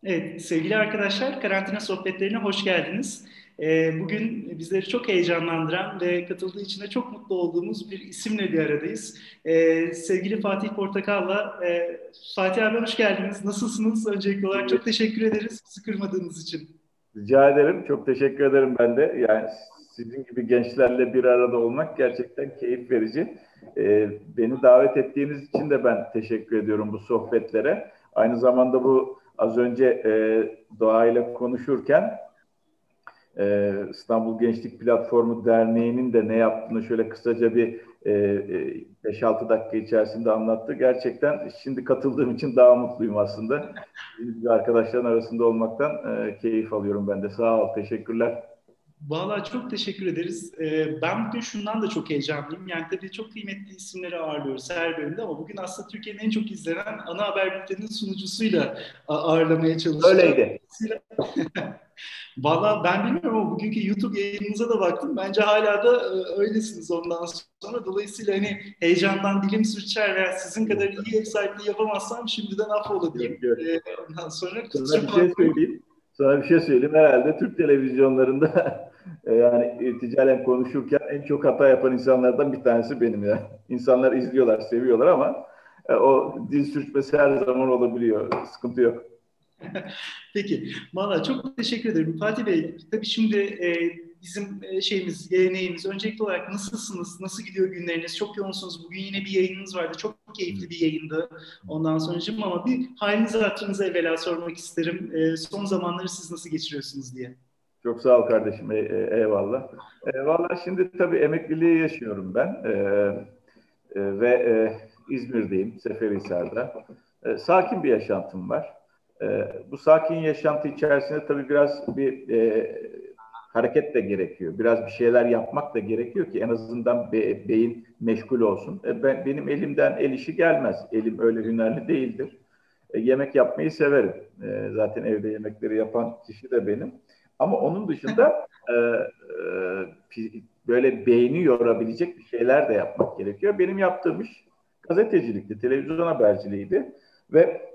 Evet, sevgili arkadaşlar, karantina sohbetlerine hoş geldiniz. Bugün bizleri çok heyecanlandıran ve katıldığı için de çok mutlu olduğumuz bir isimle bir aradayız. Sevgili Fatih Portakal'la, Fatih abi hoş geldiniz. Nasılsınız? Öncelikli olarak çok teşekkür ederiz bizi kırmadığınız için. Rica ederim. Çok teşekkür ederim ben de. Yani sizin gibi gençlerle bir arada olmak gerçekten keyif verici. Beni davet ettiğiniz için de ben teşekkür ediyorum bu sohbetlere. Aynı zamanda bu az önce Doğa ile konuşurken İstanbul Gençlik Platformu Derneği'nin de ne yaptığını şöyle kısaca bir 5-6 dakika içerisinde anlattı. Gerçekten şimdi katıldığım için daha mutluyum aslında. Sizin gibi arkadaşların arasında olmaktan keyif alıyorum ben de. Sağ ol, teşekkürler. Vallahi çok teşekkür ederiz. Ben bugün şundan da çok heyecanlıyım. Yani tabii çok kıymetli isimleri ağırlıyoruz her bölümde ama bugün aslında Türkiye'nin en çok izlenen ana haber bülteninin sunucusuyla ağırlamaya çalışacağım. Öyleydi. Valla ben bilmiyorum ama bugünkü YouTube yayınınıza da baktım. Bence hala da öylesiniz ondan sonra. Dolayısıyla hani heyecandan dilim sürçer veya sizin kadar iyi ev sahipliği yapamazsam şimdiden affola Yok, diyeyim. yok. Ondan sonra Sana bir kusura şey bakmayın. söyleyeyim. Sana bir şey söyleyeyim. Herhalde Türk televizyonlarında yani irticalen konuşurken en çok hata yapan insanlardan bir tanesi benim ya. İnsanlar izliyorlar, seviyorlar ama o dil sürçmesi her zaman olabiliyor. Sıkıntı yok. Peki, valla çok teşekkür ederim. Fatih Bey, tabii şimdi bizim şeyimiz, geleneğimiz, öncelikli olarak nasılsınız, nasıl gidiyor günleriniz? Çok yoğunsunuz. Bugün yine bir yayınınız vardı. Çok keyifli bir yayındı ondan sonracığım ama bir halinizi hatırınızı evvela sormak isterim. Son zamanları siz nasıl geçiriyorsunuz diye. Çok sağ ol kardeşim. Eyvallah. Vallahi şimdi tabii emekliliği yaşıyorum ben. Ve İzmir'deyim, Seferihisar'da. Sakin bir yaşantım var. Bu sakin yaşantı içerisinde tabii biraz bir hareket de gerekiyor. Biraz bir şeyler yapmak da gerekiyor ki en azından beyin meşgul olsun. Benim elimden el işi gelmez. Elim öyle hünerli değildir. Yemek yapmayı severim. Zaten evde yemekleri yapan kişi de benim. Ama onun dışında böyle beyni yorabilecek bir şeyler de yapmak gerekiyor. Benim yaptığım iş gazetecilikti, televizyon haberciliğiydi ve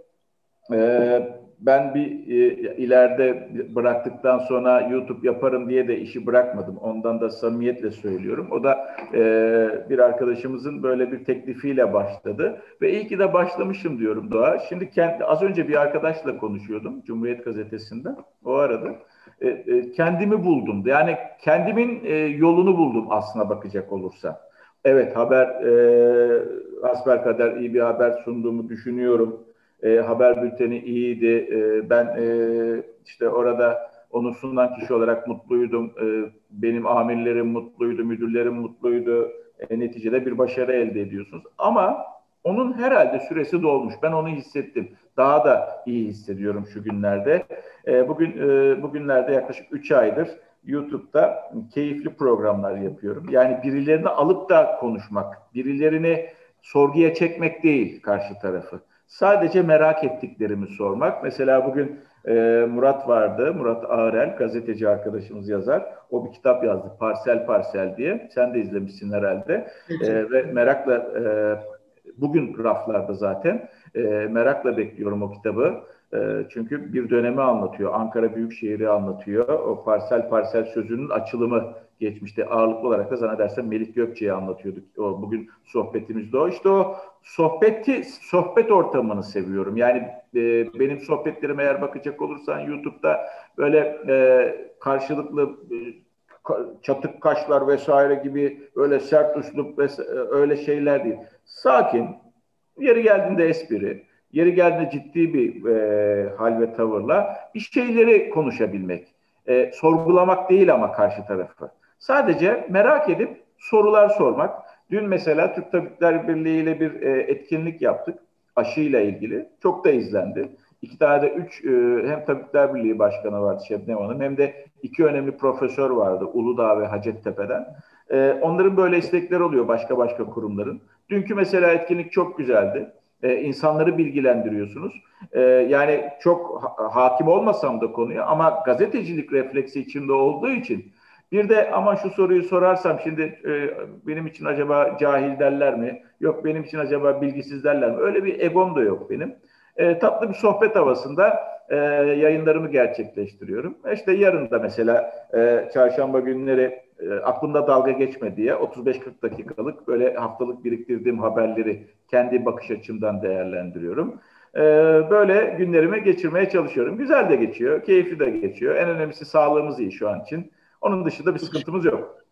ben ileride bıraktıktan sonra YouTube yaparım diye de işi bırakmadım. Ondan da samimiyetle söylüyorum. O da bir arkadaşımızın böyle bir teklifiyle başladı. Ve iyi ki de başlamışım diyorum Doğa. Şimdi az önce bir arkadaşla konuşuyordum Cumhuriyet Gazetesi'nde. O aradı. Kendimi buldum. Yani kendimin yolunu buldum aslına bakacak olursa. Evet, hasbelkader iyi bir haber sunduğumu düşünüyorum. Haber bülteni iyiydi. Ben işte orada onu sunan kişi olarak mutluydum. Benim amirlerim mutluydu, müdürlerim mutluydu. Neticede bir başarı elde ediyorsunuz. Ama onun herhalde süresi dolmuş. Ben onu hissettim. Daha da iyi hissediyorum şu günlerde. Bugünlerde yaklaşık 3 aydır YouTube'da keyifli programlar yapıyorum. Yani birilerini alıp da konuşmak, birilerini sorguya çekmek değil karşı tarafı. Sadece merak ettiklerimi sormak. Mesela bugün Murat vardı, Murat Ağrel, gazeteci arkadaşımız yazar. O bir kitap yazdı, Parsel Parsel diye. Sen de izlemişsin herhalde. Evet. Ve merakla bugün raflarda zaten. Merakla bekliyorum o kitabı. Çünkü bir dönemi anlatıyor. Ankara Büyükşehir'i anlatıyor. O parsel parsel sözünün açılımı geçmişte. Ağırlıklı olarak da zannedersem Melih Gökçe'yi anlatıyorduk. Bugün sohbetimizde o. İşte o sohbet ortamını seviyorum. Yani benim sohbetlerim eğer bakacak olursan YouTube'da böyle karşılıklı çatık kaşlar vesaire gibi öyle sert üslup öyle şeyler değil. Sakin, yeri geldiğinde espri, yeri geldiğinde ciddi bir hal ve tavırla bir şeyleri konuşabilmek. Sorgulamak değil ama karşı tarafı. Sadece merak edip sorular sormak. Dün mesela Türk Tabipler Birliği ile bir etkinlik yaptık. Aşıyla ilgili. Çok da izlendi. İki tane de hem Tabipler Birliği Başkanı vardı Şebnem Hanım hem de iki önemli profesör vardı Uludağ ve Hacettepe'den. Onların böyle istekleri oluyor başka başka kurumların. Dünkü mesela etkinlik çok güzeldi. İnsanları bilgilendiriyorsunuz. Yani çok hakim olmasam da konuya ama gazetecilik refleksi içinde olduğu için bir de ama şu soruyu sorarsam şimdi benim için acaba cahil derler mi? Yok benim için acaba bilgisiz derler mi? Öyle bir egom da yok benim. Tatlı bir sohbet havasında yayınlarımı gerçekleştiriyorum. İşte yarın da mesela çarşamba günleri aklımda dalga geçme diye 35-40 dakikalık böyle haftalık biriktirdiğim haberleri kendi bakış açımdan değerlendiriyorum. Böyle günlerimi geçirmeye çalışıyorum. Güzel de geçiyor, keyifli de geçiyor. En önemlisi sağlığımız iyi şu an için. Onun dışında bir sıkıntımız yok.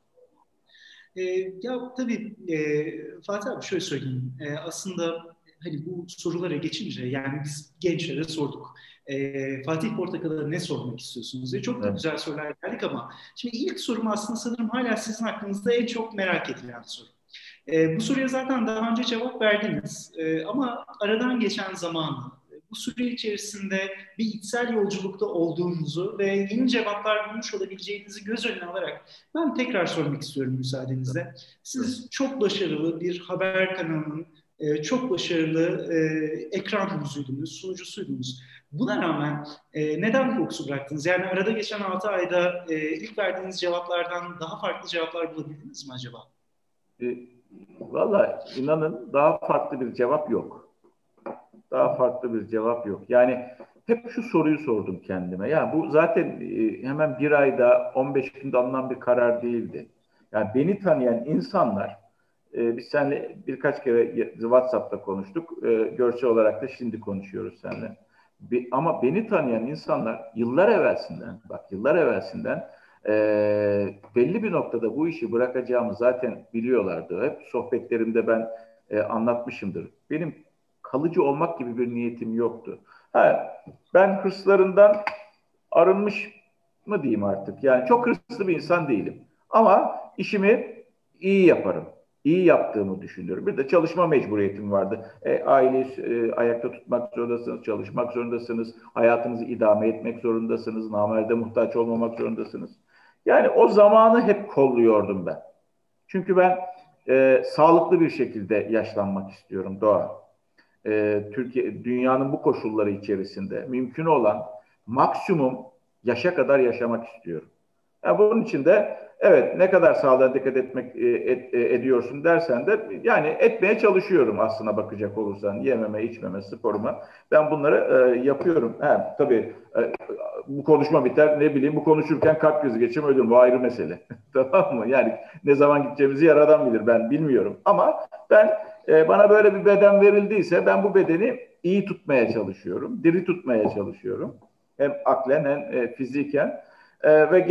Ya tabii Fatih abi şöyle söyleyeyim. Aslında hani bu sorulara geçince yani biz gençlere sorduk. Fatih Portakal'a ne sormak istiyorsunuz diye. Çok da Evet. güzel sorular geldik ama şimdi ilk sorum aslında sanırım hala sizin aklınızda en çok merak edilen soru. Bu soruya zaten daha önce cevap verdiniz. Ama aradan geçen zamanı, bu süre içerisinde bir içsel yolculukta olduğunuzu ve yeni cevaplar bulmuş olabileceğinizi göz önüne alarak ben tekrar sormak istiyorum müsaadenizle. Siz çok başarılı bir haber kanalının çok başarılı ekran yüzüydünüz, sunucusuydunuz. Buna rağmen neden Fox'u bıraktınız? Yani arada geçen 6 ayda ilk verdiğiniz cevaplardan daha farklı cevaplar bulabildiniz mi acaba? E, Valla inanın daha farklı bir cevap yok. Daha farklı bir cevap yok. Yani hep şu soruyu sordum kendime. Ya bu zaten hemen bir ayda 15 günde alınan bir karar değildi. Yani beni tanıyan insanlar, biz seninle birkaç kere WhatsApp'ta konuştuk. Görsel olarak da şimdi konuşuyoruz seninle. Ama beni tanıyan insanlar yıllar evvelsinden, bak yıllar evvelsinden belli bir noktada bu işi bırakacağımı zaten biliyorlardı. Hep sohbetlerimde ben anlatmışımdır. Benim kalıcı olmak gibi bir niyetim yoktu. Ben hırslarından arınmış mı diyeyim artık? Yani çok hırslı bir insan değilim. Ama işimi iyi yaparım. İyi yaptığımı düşünüyorum. Bir de çalışma mecburiyetim vardı. Aileyi ayakta tutmak zorundasınız, çalışmak zorundasınız, hayatınızı idame etmek zorundasınız, namerde muhtaç olmamak zorundasınız. Yani o zamanı hep kolluyordum ben. Çünkü ben sağlıklı bir şekilde yaşlanmak istiyorum Doğa. Türkiye, dünyanın bu koşulları içerisinde mümkün olan maksimum yaşa kadar yaşamak istiyorum. Yani bunun için de evet ne kadar sağlığa dikkat ediyorsun dersen de yani etmeye çalışıyorum aslına bakacak olursan yememe, içmeme, sporuma. Ben bunları yapıyorum. Tabii bu konuşma biter ne bileyim bu konuşurken kalp krizi geçirme ölürüm. Bu ayrı mesele. Tamam mı? Yani ne zaman gideceğimizi yaradan bilir ben bilmiyorum. Ama ben bana böyle bir beden verildiyse ben bu bedeni iyi tutmaya çalışıyorum. Diri tutmaya çalışıyorum. Hem aklen hem fiziken. Ve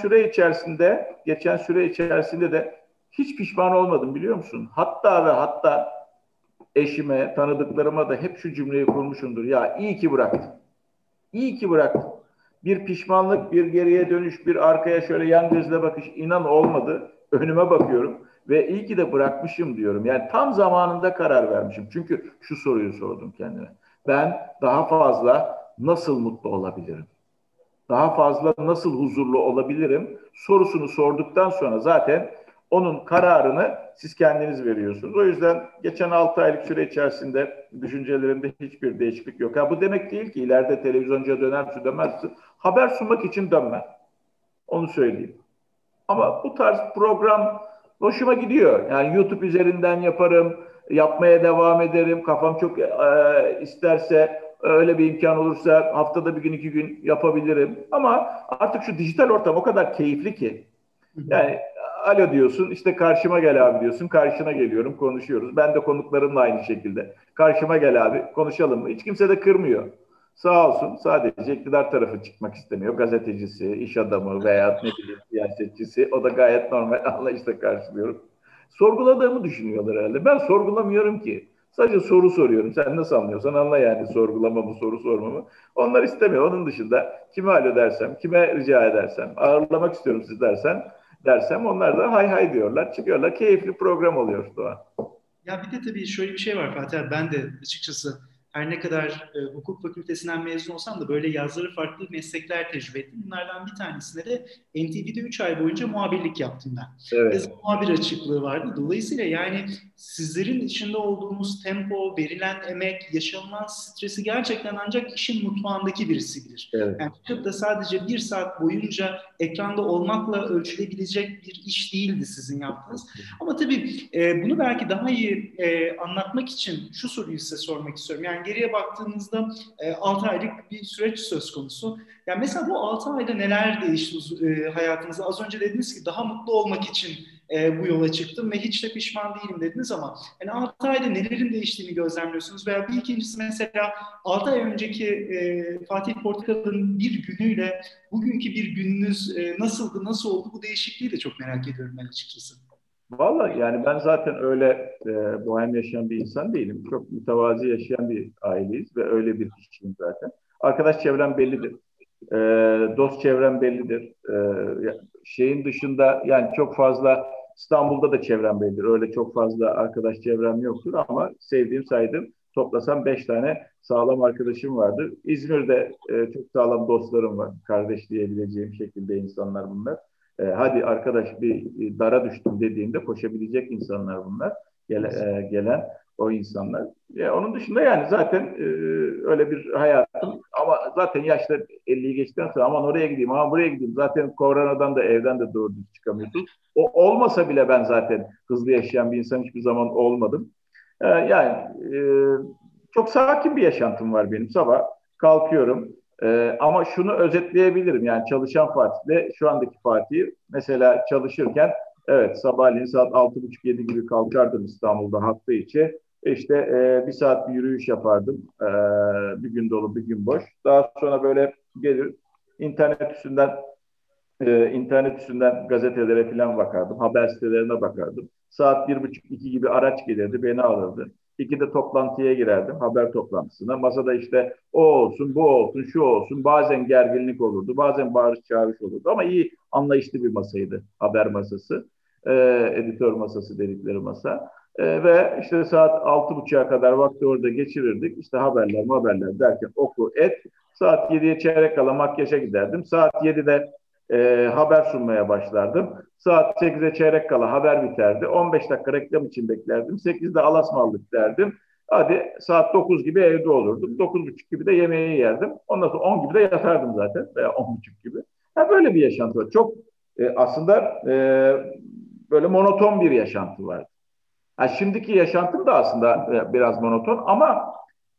geçen süre içerisinde de hiç pişman olmadım biliyor musun? Hatta ve hatta eşime, tanıdıklarıma da hep şu cümleyi kurmuşumdur. Ya iyi ki bıraktım. İyi ki bıraktım. Bir pişmanlık, bir geriye dönüş, bir arkaya şöyle yan gözle bakış inan olmadı. Önüme bakıyorum ve iyi ki de bırakmışım diyorum. Yani tam zamanında karar vermişim. Çünkü şu soruyu sordum kendime. Ben daha fazla nasıl mutlu olabilirim? Daha fazla nasıl huzurlu olabilirim sorusunu sorduktan sonra zaten onun kararını siz kendiniz veriyorsunuz. O yüzden geçen 6 aylık süre içerisinde düşüncelerimde hiçbir değişiklik yok. Bu demek değil ki ileride televizyoncuya dönersin dönmezsin. Haber sunmak için dönmem. Onu söyleyeyim. Ama bu tarz program hoşuma gidiyor. Yani YouTube üzerinden yaparım, yapmaya devam ederim. Kafam çok isterse öyle bir imkan olursa haftada bir gün iki gün yapabilirim. Ama artık şu dijital ortam o kadar keyifli ki. Yani alo diyorsun işte karşıma gel abi diyorsun. Karşına geliyorum konuşuyoruz. Ben de konuklarımla aynı şekilde. Karşıma gel abi konuşalım mı? Hiç kimse de kırmıyor. Sağ olsun sadece iktidar tarafı çıkmak istemiyor. Gazetecisi, iş adamı veya ne bileyim siyasetçisi. O da gayet normal anlayışla karşılıyorum. Sorguladığımı düşünüyorlar herhalde. Ben sorgulamıyorum ki. Sadece soru soruyorum. Sen nasıl anlıyorsan anla yani sorgulamamı, soru sormamı. Onlar istemiyor. Onun dışında kime alo dersem, kime rica edersem, ağırlamak istiyorum siz dersem onlar da hay hay diyorlar. Çıkıyorlar. Keyifli program oluyor Doğan. Ya bir de tabii şöyle bir şey var Fatih abi. Ben de açıkçası her ne kadar hukuk fakültesinden mezun olsam da böyle yazları farklı meslekler tecrübe ettim. Bunlardan bir tanesinde de NTV'de 3 ay boyunca muhabirlik yaptım ben. Evet. Yazılı muhabir açıklığı vardı. Dolayısıyla yani sizlerin içinde olduğunuz tempo, verilen emek, yaşanılan stresi gerçekten ancak işin mutfağındaki birisi bilir. Evet. Yani çıkıp da sadece 1 saat boyunca ekranda olmakla ölçülebilecek bir iş değildi sizin yaptığınız. Ama tabii bunu belki daha iyi anlatmak için şu soruyu size sormak istiyorum. Yani geriye baktığınızda 6 aylık bir süreç söz konusu. Yani mesela bu 6 ayda neler değişti hayatınızda? Az önce dediniz ki daha mutlu olmak için bu yola çıktım ve hiç de pişman değilim dediniz ama yani 6 ayda nelerin değiştiğini gözlemliyorsunuz veya bir ikincisi mesela 6 ay önceki Fatih Portakal'ın bir günüyle bugünkü bir gününüz nasıldı, nasıl oldu, bu değişikliği de çok merak ediyorum ben açıkçası. Vallahi yani ben zaten öyle bohem yaşayan bir insan değilim. Çok mütevazi yaşayan bir aileyiz ve öyle bir kişiyim zaten. Arkadaş çevrem bellidir. Dost çevrem bellidir. Şeyin dışında yani çok fazla İstanbul'da da çevrem bellidir. Öyle çok fazla arkadaş çevrem yoktur ama sevdiğim saydığım toplasam 5 tane sağlam arkadaşım vardır. İzmir'de çok sağlam dostlarım var. Kardeş diyebileceğim şekilde insanlar bunlar. Hadi arkadaş bir dara düştüm dediğinde koşabilecek insanlar bunlar. Gelen o insanlar. Onun dışında yani zaten öyle bir hayatım ama zaten yaşta 50'yi geçtikten sonra aman oraya gideyim aman buraya gideyim. Zaten koronadan da evden de doğru düz çıkamıyorsun. O olmasa bile ben zaten hızlı yaşayan bir insan hiçbir zaman olmadım. Yani çok sakin bir yaşantım var benim. Sabah kalkıyorum. Ama şunu özetleyebilirim. Yani çalışan Fatih'le şu andaki Fatih mesela çalışırken evet sabahleyin saat 6.30-7 gibi kalkardım İstanbul'da hafta içi. İşte 1 saat bir yürüyüş yapardım. Bir gün dolu bir gün boş. Daha sonra böyle gelir internet üstünden internet üstünden gazetelere falan bakardım. Haber sitelerine bakardım. Saat 1.30-2 gibi araç gelirdi, beni alırdı. 2'de toplantıya girerdim, haber toplantısına. Masada işte o olsun, bu olsun, şu olsun. Bazen gerginlik olurdu, bazen bağırış çağırış olurdu. Ama iyi anlayışlı bir masaydı, haber masası. Editör masası dedikleri masa. Ve işte saat 6.30'a kadar vakti orada geçirirdik. İşte haberler derken oku, et. Saat 7'ye çeyrek kala makyaja giderdim. Saat 7'de haber sunmaya başlardım. Saat 8'e çeyrek kala haber biterdi. 15 dakika reklam için beklerdim. 8'de alasmallık derdim. Hadi saat 9 gibi evde olurdum. 9.30 gibi de yemeği yerdim. Ondan sonra 10 gibi de yatardım zaten veya 10.30 gibi. Ha, böyle bir yaşantı var. Çok aslında böyle monoton bir yaşantı var. Ha, şimdiki yaşantım da aslında biraz monoton ama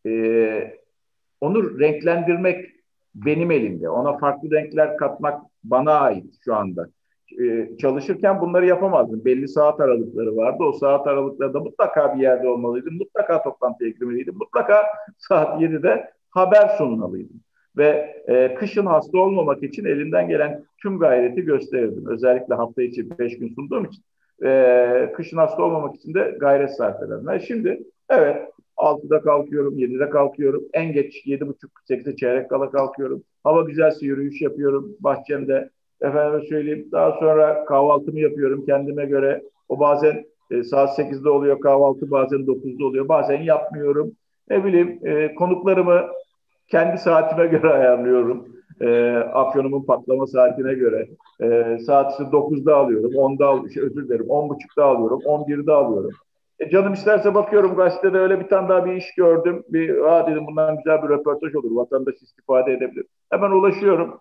e, onu renklendirmek benim elimde. Ona farklı renkler katmak bana ait şu anda. Çalışırken bunları yapamazdım. Belli saat aralıkları vardı. O saat aralıklarında mutlaka bir yerde olmalıydım. Mutlaka toplantıya girmeliydim. Mutlaka saat 7'de haber sunmalıydım. Ve kışın hasta olmamak için elimden gelen tüm gayreti gösterirdim. Özellikle hafta içi 5 gün sunduğum için. Kışın hasta olmamak için de gayret sarf ederdim. Şimdi evet 6'da kalkıyorum, 7'de kalkıyorum. En geç 7.30-8'e çeyrek kala kalkıyorum. Hava güzelse yürüyüş yapıyorum bahçemde. Efendime söyleyeyim. Daha sonra kahvaltımı yapıyorum kendime göre. O bazen saat 8'de oluyor kahvaltı, bazen 9'da oluyor. Bazen yapmıyorum. Ne bileyim konuklarımı kendi saatime göre ayarlıyorum. Afyonumun patlama saatine göre. Saat işte 9'da alıyorum, 10'da özür dilerim, 10.30'da alıyorum, 11'de alıyorum. Canım isterse bakıyorum gazetede öyle bir tane daha bir iş gördüm. Dedim bundan güzel bir röportaj olur. Vatandaş istifade edebilir. Hemen ulaşıyorum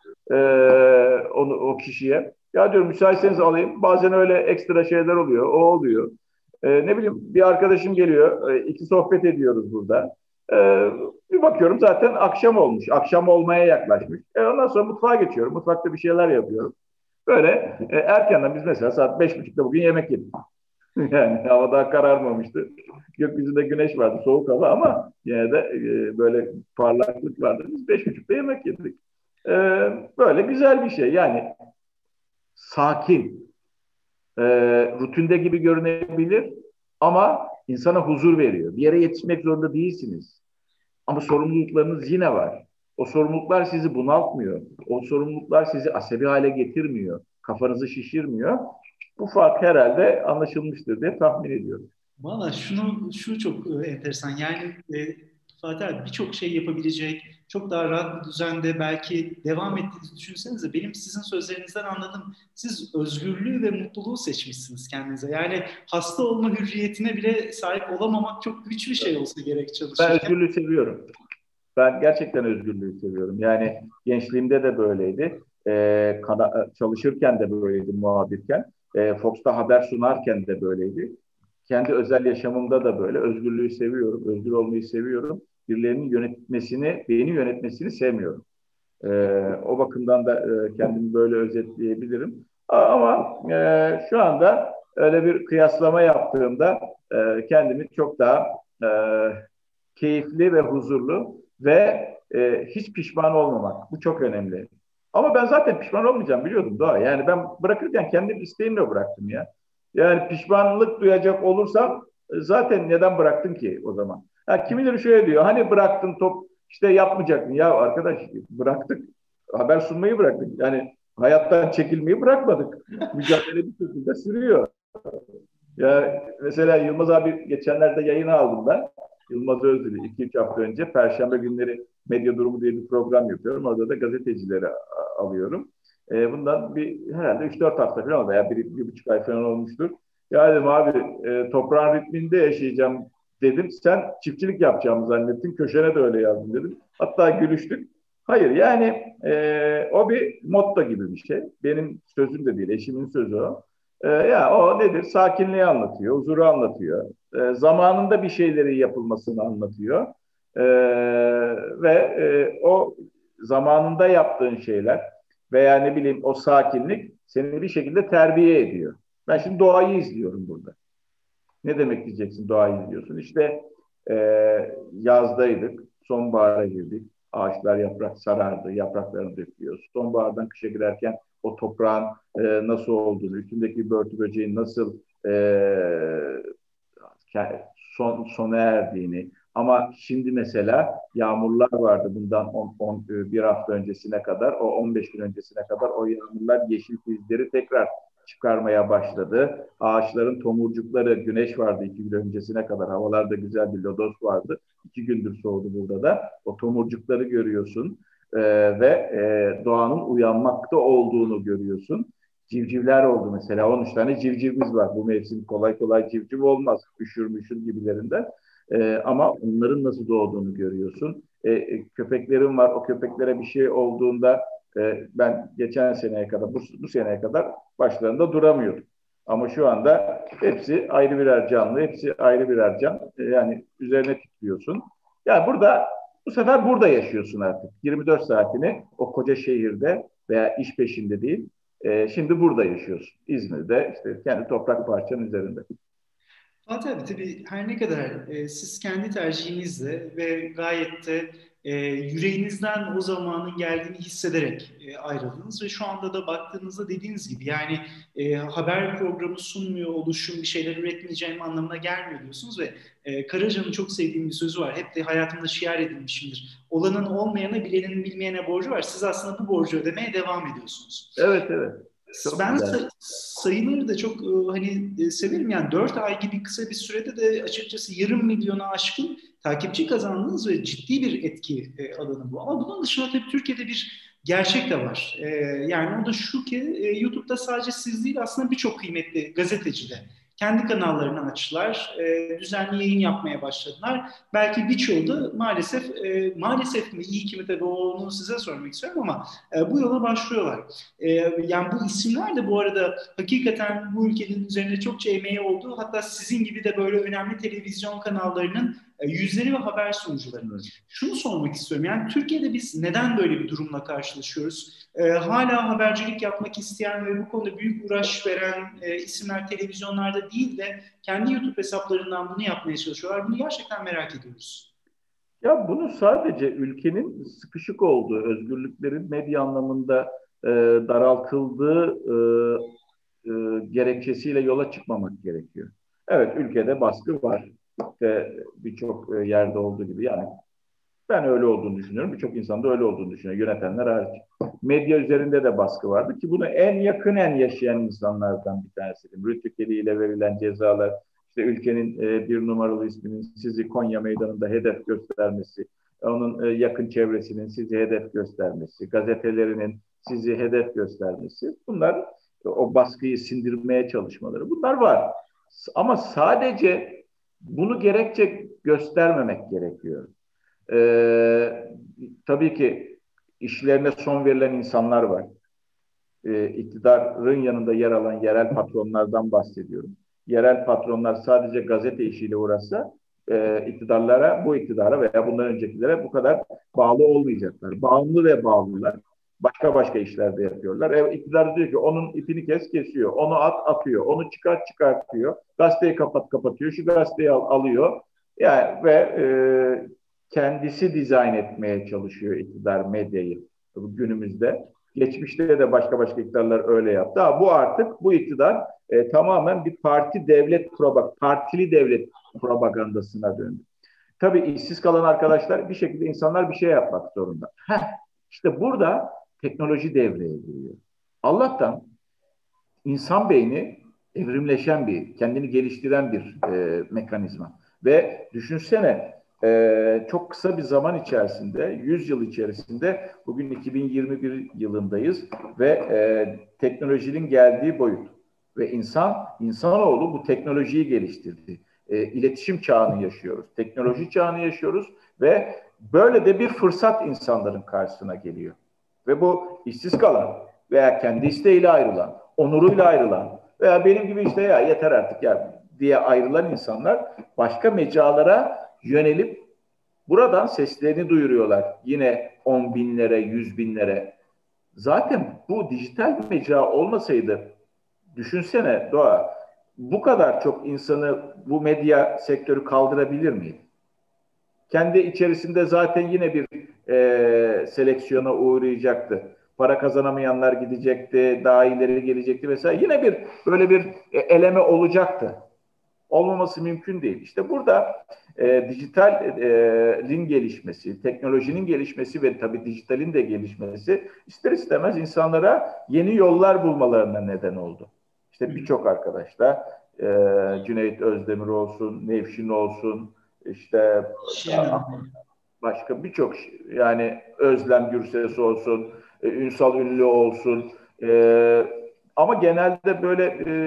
o kişiye. Ya diyorum müsaitseniz alayım. Bazen öyle ekstra şeyler oluyor. O oluyor. Ne bileyim bir arkadaşım geliyor. İki sohbet ediyoruz burada. Bir bakıyorum zaten akşam olmuş. Akşam olmaya yaklaşmış. Ondan sonra mutfağa geçiyorum. Mutfakta bir şeyler yapıyorum. Böyle erkenden biz mesela saat 5.30'da bugün yemek yedik. Yani hava daha kararmamıştı. Gökyüzünde güneş vardı, soğuk hava ama yine de böyle parlaklık vardı. Biz 5.30'da yemek yedik. E, Böyle güzel bir şey. Yani sakin, e, rutinde gibi görünebilir ama insana huzur veriyor. Bir yere yetişmek zorunda değilsiniz. Ama sorumluluklarınız yine var. O sorumluluklar sizi bunaltmıyor. O sorumluluklar sizi asabi hale getirmiyor. Kafanızı şişirmiyor. Bu fark herhalde anlaşılmıştır diye tahmin ediyorum. Valla şu çok enteresan. Yani Fatih abi birçok şey yapabilecek, çok daha rahat bir düzende belki devam ettiğinizi düşünsenize. Benim sizin sözlerinizden anladım. Siz özgürlüğü ve mutluluğu seçmişsiniz kendinize. Yani hasta olma hürriyetine bile sahip olamamak çok güç bir şey olsa gerek Ben çalışırken. özgürlüğü seviyorum. Ben gerçekten özgürlüğü seviyorum. Yani gençliğimde de böyleydi. Çalışırken de böyleydi muhabirken. Fox'ta haber sunarken de böyleydi. Kendi özel yaşamımda da böyle. Özgürlüğü seviyorum. Özgür olmayı seviyorum. Birilerinin yönetmesini, beni yönetmesini sevmiyorum. O bakımdan da kendimi böyle özetleyebilirim. Ama şu anda öyle bir kıyaslama yaptığımda kendimi çok daha e, keyifli ve huzurlu ve hiç pişman olmamak. Bu çok önemli. Ama ben zaten pişman olmayacağım biliyordum Doğa. Yani ben bırakırken kendim isteğimle bıraktım ya. Yani pişmanlık duyacak olursam zaten neden bıraktın ki o zaman? Ha, kimileri şöyle diyor. Hani bıraktın top işte yapmayacaktın. Ya arkadaş bıraktık. Haber sunmayı bıraktık. Yani hayattan çekilmeyi bırakmadık. Mücadele bir şekilde sürüyor. Ya mesela Yılmaz abi geçenlerde yayına aldım ben. Yılmaz Özdil'i 2-3 hafta önce Perşembe günleri Medya Durumu diye bir program yapıyorum. Orada da gazetecileri alıyorum. Bundan bir herhalde 3-4 hafta falan veya 1,5 ay falan olmuştur. Ya dedim abi toprağın ritminde yaşayacağım dedim. Sen çiftçilik yapacağımı zannettin. Köşene de öyle yazdım dedim. Hatta gülüştük. Hayır yani o bir motto gibi bir şey. Benim sözüm de değil, eşimin sözü o. Ya o nedir? Sakinliği anlatıyor, huzuru anlatıyor. Zamanında bir şeyleri yapılmasını anlatıyor. E, o zamanında yaptığın şeyler veya ne bileyim o sakinlik seni bir şekilde terbiye ediyor. Ben şimdi doğayı izliyorum burada. Ne demek diyeceksin doğayı izliyorsun? İşte e, yazdaydık, sonbahara girdik. Ağaçlar yaprak sarardı, yapraklarını döküyor. Sonbahardan kışa girerken o toprağın nasıl olduğunu, üstündeki börtü böceğin nasıl sona erdiğini ama şimdi mesela yağmurlar vardı bundan bir hafta öncesine kadar, o 15 gün öncesine kadar o yağmurlar yeşil filizleri tekrar çıkarmaya başladı. Ağaçların tomurcukları, güneş vardı 2 gün öncesine kadar. Havalarda güzel bir lodos vardı. 2 gündür soğudu burada da. O tomurcukları görüyorsun ve doğanın uyanmakta olduğunu görüyorsun. Civcivler oldu mesela. 13 tane civcivimiz var. Bu mevsim kolay kolay civciv olmaz. Üşür gibilerinden. Ama onların nasıl doğduğunu görüyorsun. Köpeklerim var. O köpeklere bir şey olduğunda ben geçen seneye kadar, bu seneye kadar başlarında duramıyordum. Ama şu anda hepsi ayrı birer canlı, hepsi ayrı birer can. Yani üzerine titriyorsun. Yani bu sefer burada yaşıyorsun artık. 24 saatini o koca şehirde veya iş peşinde değil, şimdi burada yaşıyorsun. İzmir'de işte kendi toprak parçanın üzerinde. Fatih abi tabii her ne kadar siz kendi tercihinizle ve gayet de yüreğinizden o zamanın geldiğini hissederek ayrıldınız ve şu anda da baktığınızda dediğiniz gibi yani haber programı sunmuyor oluşum bir şeyler üretmeyeceğim anlamına gelmiyor diyorsunuz ve Karaca'nın çok sevdiğim bir sözü var. Hep de hayatımda şiar edinmişimdir. Olanın olmayana, bilenin bilmeyene borcu var. Siz aslında bu borcu ödemeye devam ediyorsunuz. Evet, evet. Çok Ben güzel. sayıları da çok hani severim yani 4 ay gibi kısa bir sürede de açıkçası yarım milyona aşkın takipçi kazandınız ve ciddi bir etki alanı bu. Ama bunun dışında tabii Türkiye'de bir gerçek de var. Yani o da şu ki YouTube'da sadece siz değil aslında birçok kıymetli gazeteci de kendi kanallarını açtılar. Düzenli yayın yapmaya başladılar. Belki birçoğu da maalesef mi iyi ki mi tabii onu size sormak istiyorum ama bu yola başlıyorlar. Yani bu isimler de bu arada hakikaten bu ülkenin üzerinde çokça emeği olduğu hatta sizin gibi de böyle önemli televizyon kanallarının yüzleri ve haber sunucuları. Şunu sormak istiyorum yani Türkiye'de biz neden böyle bir durumla karşılaşıyoruz? Hala habercilik yapmak isteyen ve bu konuda büyük uğraş veren isimler televizyonlarda değil de kendi YouTube hesaplarından bunu yapmaya çalışıyorlar. Bunu gerçekten merak ediyoruz. Ya bunu sadece ülkenin sıkışık olduğu, özgürlüklerin medya anlamında daraltıldığı gerekçesiyle yola çıkmamak gerekiyor. Evet, ülkede baskı var. İşte birçok yerde olduğu gibi. Yani ben öyle olduğunu düşünüyorum. Birçok insan da öyle olduğunu düşünüyor. Yönetenler hariç. Medya üzerinde de baskı vardı ki bunu en yakınen yaşayan insanlardan bir tanesi. Rütük ile verilen cezalar, işte ülkenin bir numaralı isminin sizi Konya Meydanı'nda hedef göstermesi, onun yakın çevresinin sizi hedef göstermesi, gazetelerinin sizi hedef göstermesi, bunlar o baskıyı sindirmeye çalışmaları, bunlar var. Ama sadece bunu gerekçe göstermemek gerekiyor. Tabii ki işlerine son verilen insanlar var. İktidarın yanında yer alan yerel patronlardan bahsediyorum. Yerel patronlar sadece gazete işiyle uğraşsa bu iktidara veya bundan öncekilere bu kadar bağlı olmayacaklar. Bağımlı ve bağlılar. Başka işlerde yapıyorlar. İktidar diyor ki onun ipini kesiyor. Onu atıyor. Onu çıkartıyor. Gazeteyi kapatıyor. Şu gazeteyi alıyor. Yani ve kendisi dizayn etmeye çalışıyor iktidar medyayı günümüzde. Geçmişte de başka iktidarlar öyle yaptı. Bu iktidar tamamen bir partili devlet propagandasına döndü. Tabii işsiz kalan arkadaşlar bir şekilde insanlar bir şey yapmak zorunda. İşte burada teknoloji devreye giriyor. Allah'tan insan beyni evrimleşen kendini geliştiren bir mekanizma. Ve düşünsene çok kısa bir zaman içerisinde, 100 yıl içerisinde, bugün 2021 yılındayız ve teknolojinin geldiği boyut ve insanoğlu bu teknolojiyi geliştirdi. İletişim çağını yaşıyoruz, teknoloji çağını yaşıyoruz ve böyle de bir fırsat insanların karşısına geliyor. Ve bu işsiz kalan veya kendi isteğiyle ayrılan, onuruyla ayrılan veya benim gibi işte ya yeter artık ya diye ayrılan insanlar başka mecralara yönelip buradan seslerini duyuruyorlar. Yine 10 binlere, 100 binlere. Zaten bu dijital mecra olmasaydı düşünsene Doğa, bu kadar çok insanı bu medya sektörü kaldırabilir miydi? Kendi içerisinde zaten yine bir seleksiyona uğrayacaktı. Para kazanamayanlar gidecekti, daha ileri gelecekti vesaire. Yine böyle bir eleme olacaktı. Olmaması mümkün değil. İşte burada dijitalin gelişmesi, teknolojinin gelişmesi ve tabii dijitalin de gelişmesi ister istemez insanlara yeni yollar bulmalarına neden oldu. İşte birçok arkadaşlar, Cüneyt Özdemir olsun, Nevşin olsun, işte başka birçok yani Özlem Gürses olsun, Ünsal Ünlü olsun. Ama genelde böyle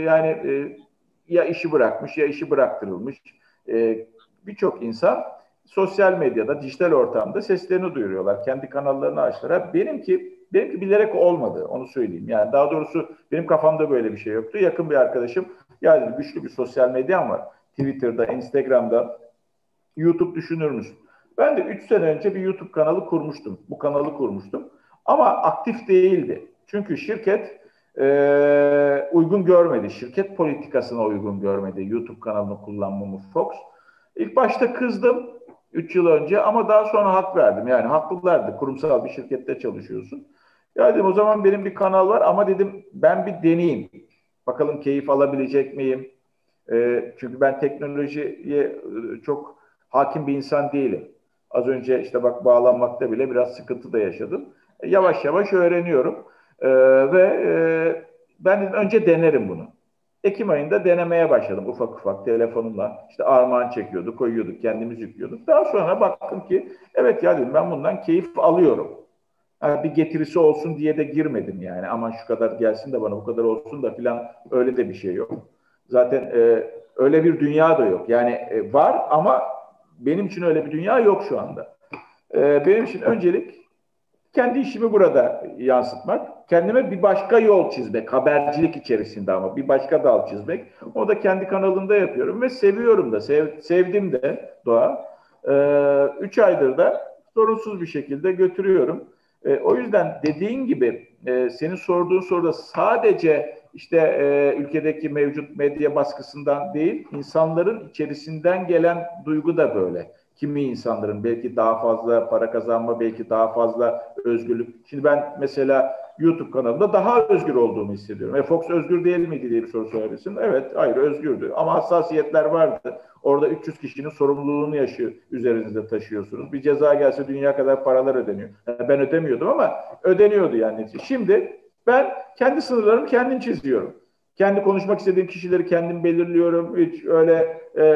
ya işi bırakmış ya işi bıraktırılmış birçok insan sosyal medyada, dijital ortamda seslerini duyuruyorlar. Kendi kanallarını açtılar. Benimki bilerek olmadı, onu söyleyeyim. Yani daha doğrusu benim kafamda böyle bir şey yoktu. Yakın bir arkadaşım, ya dedi, güçlü bir sosyal medyam var. Twitter'da, Instagram'da, YouTube düşünür müsün? Ben de 3 sene önce bir YouTube kanalı kurmuştum. Bu kanalı kurmuştum. Ama aktif değildi. Çünkü şirket uygun görmedi. Şirket politikasına uygun görmedi YouTube kanalını kullanmamı Fox. İlk başta kızdım 3 yıl önce ama daha sonra hak verdim. Yani haklılardı. Kurumsal bir şirkette çalışıyorsun. Ya dedim o zaman benim bir kanal var ama dedim ben bir deneyeyim. Bakalım keyif alabilecek miyim? Çünkü ben teknolojiye çok hakim bir insan değilim. Az önce işte bak bağlanmakta bile biraz sıkıntı da yaşadım. Yavaş yavaş öğreniyorum. Ben önce denerim bunu. Ekim ayında denemeye başladım ufak telefonumla. İşte armağan çekiyorduk, koyuyorduk, kendimiz yüklüyorduk. Daha sonra baktım ki evet ya dedim ben bundan keyif alıyorum. Yani bir getirisi olsun diye de girmedim yani. Aman şu kadar gelsin de bana bu kadar olsun da filan öyle de bir şey yok. Zaten öyle bir dünya da yok. Yani var ama benim için öyle bir dünya yok şu anda. Benim için öncelik kendi işimi burada yansıtmak, kendime bir başka yol çizmek, habercilik içerisinde ama bir başka dal çizmek. O da kendi kanalımda yapıyorum ve seviyorum da, sevdim de Doğa. 3 aydır da sorunsuz bir şekilde götürüyorum. O yüzden dediğin gibi senin sorduğun soruda sadece işte ülkedeki mevcut medya baskısından değil, insanların içerisinden gelen duygu da böyle. Kimi insanların belki daha fazla para kazanma, belki daha fazla özgürlük. Şimdi ben mesela YouTube kanalında daha özgür olduğumu hissediyorum. Fox özgür değil miydi diye bir soru sorabilirsin. Evet, hayır özgürdü. Ama hassasiyetler vardı. Orada 300 kişinin sorumluluğunu üzerinizde taşıyorsunuz. Bir ceza gelse dünya kadar paralar ödeniyor. Ben ödemiyordum ama ödeniyordu yani. Şimdi ben kendi sınırlarımı kendim çiziyorum. Kendi konuşmak istediğim kişileri kendim belirliyorum. Hiç öyle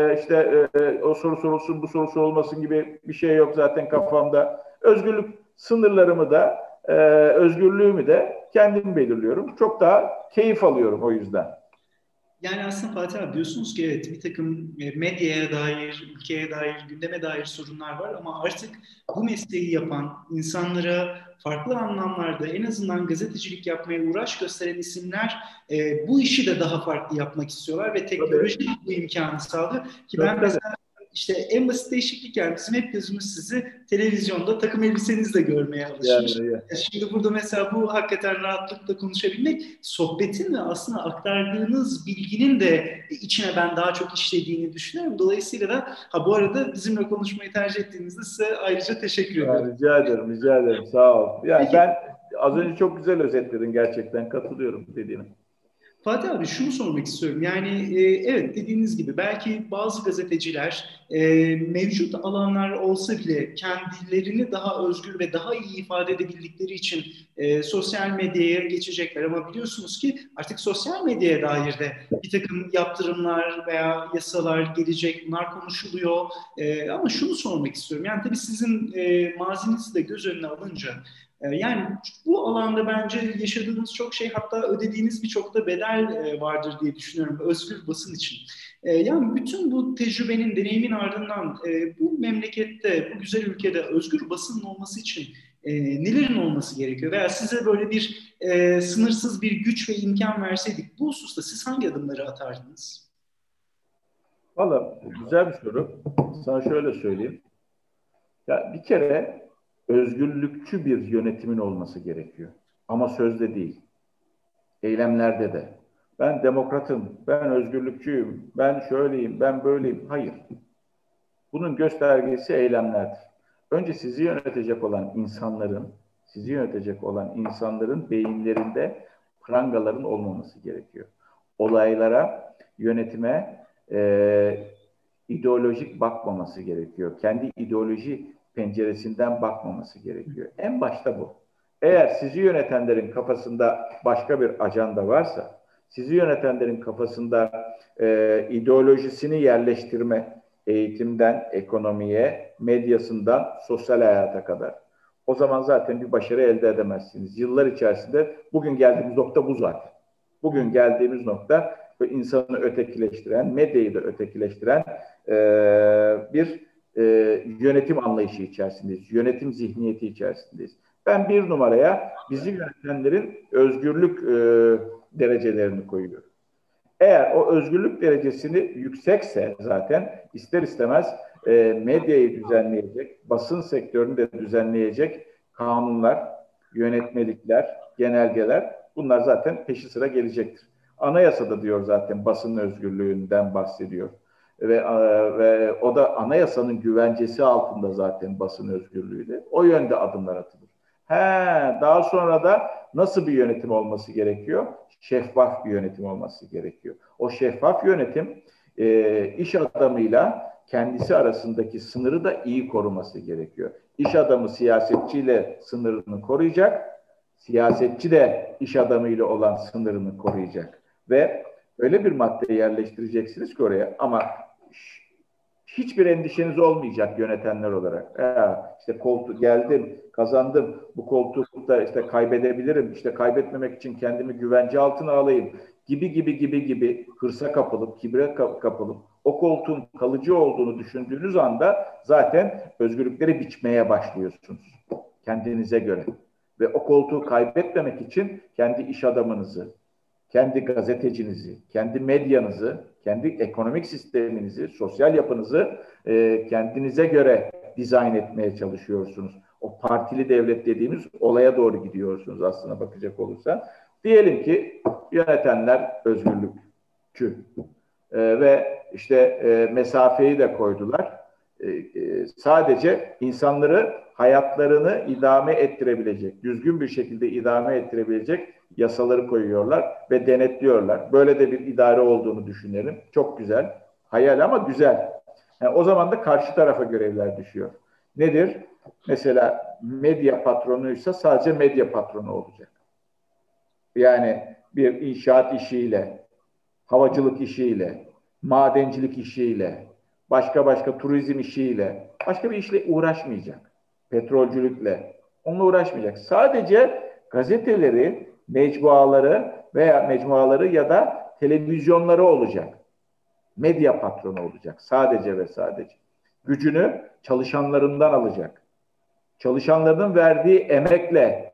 o soru sorulsun, bu soru sorulmasın gibi bir şey yok zaten kafamda. Özgürlük sınırlarımı da, özgürlüğümü de kendim belirliyorum. Çok daha keyif alıyorum o yüzden. Yani aslında Fatih abi diyorsunuz ki evet bir takım medyaya dair, ülkeye dair, gündeme dair sorunlar var ama artık bu mesleği yapan insanlara farklı anlamlarda en azından gazetecilik yapmaya uğraş gösteren isimler bu işi de daha farklı yapmak istiyorlar ve Tabii, teknoloji bu imkanı sağlıyor. Ki ben tabii. mesela işte en basit değişiklik yani bizim hep gözümüz sizi televizyonda takım elbisenizle görmeye alışmış. Yani, Şimdi burada mesela bu hakikaten rahatlıkla konuşabilmek, sohbetin ve aslında aktardığınız bilginin de içine ben daha çok işlediğini düşünüyorum. Dolayısıyla da bu arada bizimle konuşmayı tercih ettiğinizde size ayrıca teşekkür ediyorum. rica ederim, rica ederim. Sağ ol. Yani Peki ben az önce çok güzel özetledin gerçekten. Katılıyorum dediğine. Fatih abi şunu sormak istiyorum. Yani evet dediğiniz gibi belki bazı gazeteciler mevcut alanlar olsa bile kendilerini daha özgür ve daha iyi ifade edebildikleri için sosyal medyaya geçecekler. Ama biliyorsunuz ki artık sosyal medyaya dair de bir takım yaptırımlar veya yasalar gelecek. Bunlar konuşuluyor. Ama şunu sormak istiyorum. Yani tabii sizin mazinizi de göz önüne alınca yani bu alanda bence yaşadığınız çok şey hatta ödediğiniz birçok da bedel vardır diye düşünüyorum özgür basın için. Yani bütün bu tecrübenin, deneyimin ardından bu memlekette, bu güzel ülkede özgür basının olması için nelerin olması gerekiyor? Veya size böyle bir sınırsız bir güç ve imkan verseydik bu hususta siz hangi adımları atardınız? Valla güzel bir soru. Sana şöyle söyleyeyim. Ya bir kere özgürlükçü bir yönetimin olması gerekiyor. Ama sözde değil, eylemlerde de. Ben demokratım, ben özgürlükçüyüm, ben şöyleyim, ben böyleyim. Hayır. Bunun göstergesi eylemlerdir. Önce sizi yönetecek olan insanların beyinlerinde prangaların olmaması gerekiyor. Olaylara, yönetime ideolojik bakmaması gerekiyor. Kendi ideoloji penceresinden bakmaması gerekiyor. En başta bu. Eğer sizi yönetenlerin kafasında başka bir ajanda varsa, sizi yönetenlerin kafasında ideolojisini yerleştirme, eğitimden ekonomiye, medyasından sosyal hayata kadar. O zaman zaten bir başarı elde edemezsiniz. Yıllar içerisinde bugün geldiğimiz nokta bu zaten. Bugün geldiğimiz nokta insanı ötekileştiren, medyayı da ötekileştiren bir yönetim anlayışı içerisindeyiz. Yönetim zihniyeti içerisindeyiz. Ben bir numaraya bizi yönetenlerin özgürlük derecelerini koyuyorum. Eğer o özgürlük derecesini yüksekse zaten ister istemez medyayı düzenleyecek, basın sektörünü de düzenleyecek kanunlar, yönetmelikler, genelgeler bunlar zaten peşi sıra gelecektir. Anayasada diyor zaten basın özgürlüğünden bahsediyor. Ve o da anayasanın güvencesi altında zaten basın özgürlüğüyle. O yönde adımlar atılır. Daha sonra da nasıl bir yönetim olması gerekiyor? Şeffaf bir yönetim olması gerekiyor. O şeffaf yönetim iş adamıyla kendisi arasındaki sınırı da iyi koruması gerekiyor. İş adamı siyasetçiyle sınırını koruyacak, siyasetçi de iş adamıyla olan sınırını koruyacak. Ve öyle bir madde yerleştireceksiniz ki oraya ama hiçbir endişeniz olmayacak yönetenler olarak. İşte koltuk geldim, kazandım. Bu koltukta işte kaybedebilirim. İşte kaybetmemek için kendimi güvence altına alayım gibi hırsa kapılıp, kibre kapılıp o koltuğun kalıcı olduğunu düşündüğünüz anda zaten özgürlükleri biçmeye başlıyorsunuz kendinize göre. Ve o koltuğu kaybetmemek için kendi iş adamınızı, kendi gazetecinizi, kendi medyanızı, kendi ekonomik sisteminizi, sosyal yapınızı kendinize göre dizayn etmeye çalışıyorsunuz. O partili devlet dediğimiz olaya doğru gidiyorsunuz aslına bakacak olursa. Diyelim ki yönetenler özgürlükçü ve işte mesafeyi de koydular. Sadece insanları hayatlarını idame ettirebilecek, düzgün bir şekilde idame ettirebilecek yasaları koyuyorlar ve denetliyorlar. Böyle de bir idare olduğunu düşünelim. Çok güzel. Hayal ama güzel. Yani o zaman da karşı tarafa görevler düşüyor. Nedir? Mesela medya patronuysa sadece medya patronu olacak. Yani bir inşaat işiyle havacılık işiyle, madencilik işiyle, başka turizm işiyle, başka bir işle uğraşmayacak. Petrolcülükle. Onunla uğraşmayacak. Sadece gazeteleri, mecmuaları ya da televizyonları olacak. Medya patronu olacak. Sadece ve sadece. Gücünü çalışanlarından alacak. Çalışanların verdiği emekle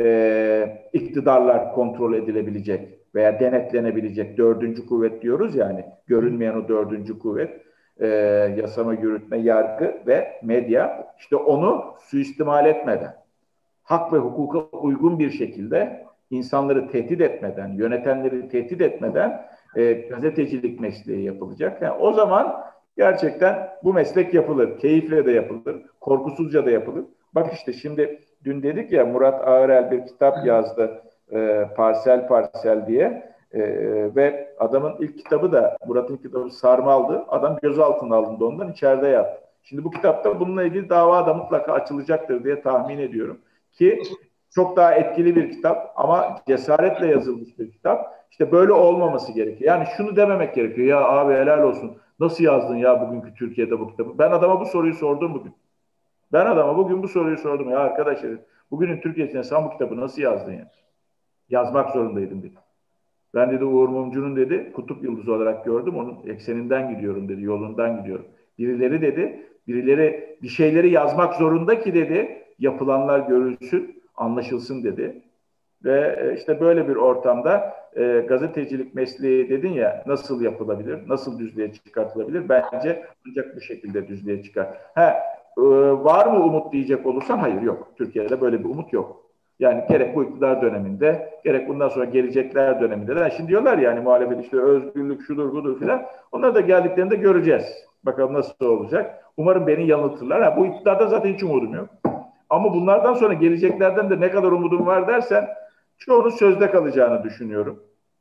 iktidarlar kontrol edilebilecek veya denetlenebilecek dördüncü kuvvet diyoruz yani. Görünmeyen o dördüncü kuvvet, yasama, yürütme, yargı ve medya. İşte onu suistimal etmeden, hak ve hukuka uygun bir şekilde insanları tehdit etmeden, yönetenleri tehdit etmeden gazetecilik mesleği yapılacak. Yani o zaman gerçekten bu meslek yapılır. Keyifle de yapılır. Korkusuzca da yapılır. Bak işte şimdi dün dedik ya, Murat Ağırel bir kitap yazdı, Parsel Parsel diye. Ve adamın ilk kitabı da, Murat'ın kitabı Sarmal'dı. Adam gözaltına alındı, ondan içeride yattı. Şimdi bu kitapta bununla ilgili dava da mutlaka açılacaktır diye tahmin ediyorum. Ki çok daha etkili bir kitap ama cesaretle yazılmış bir kitap. İşte böyle olmaması gerekiyor. Yani şunu dememek gerekiyor. Ya abi helal olsun. Nasıl yazdın ya bugünkü Türkiye'de bu kitabı? Ben adama bu soruyu sordum bugün. Ben adama bugün bu soruyu sordum. Ya arkadaşlar, bugünün Türkiye'sine sen bu kitabı nasıl yazdın ya? Yazmak zorundaydım dedi. Ben dedi Uğur Mumcu'nun dedi kutup yıldızı olarak gördüm. Onun ekseninden gidiyorum dedi. Yolundan gidiyorum. Birileri bir şeyleri yazmak zorunda ki dedi yapılanlar görülsün, anlaşılsın dedi. Ve işte böyle bir ortamda gazetecilik mesleği dedin ya, nasıl yapılabilir, nasıl düzlüğe çıkartılabilir? Bence ancak bu şekilde düzlüğe çıkar. Var mı umut diyecek olursan, hayır, yok. Türkiye'de böyle bir umut yok. Yani gerek bu iktidar döneminde, gerek bundan sonra gelecekler döneminde de. Şimdi diyorlar yani muhalefet işte özgürlük şudur budur filan. Onları da geldiklerinde göreceğiz. Bakalım nasıl olacak. Umarım beni yanıltırlar. Bu iktidarda zaten hiç umudum yok. Ama bunlardan sonra geleceklerden de ne kadar umudum var dersen, çoğunun sözde kalacağını düşünüyorum.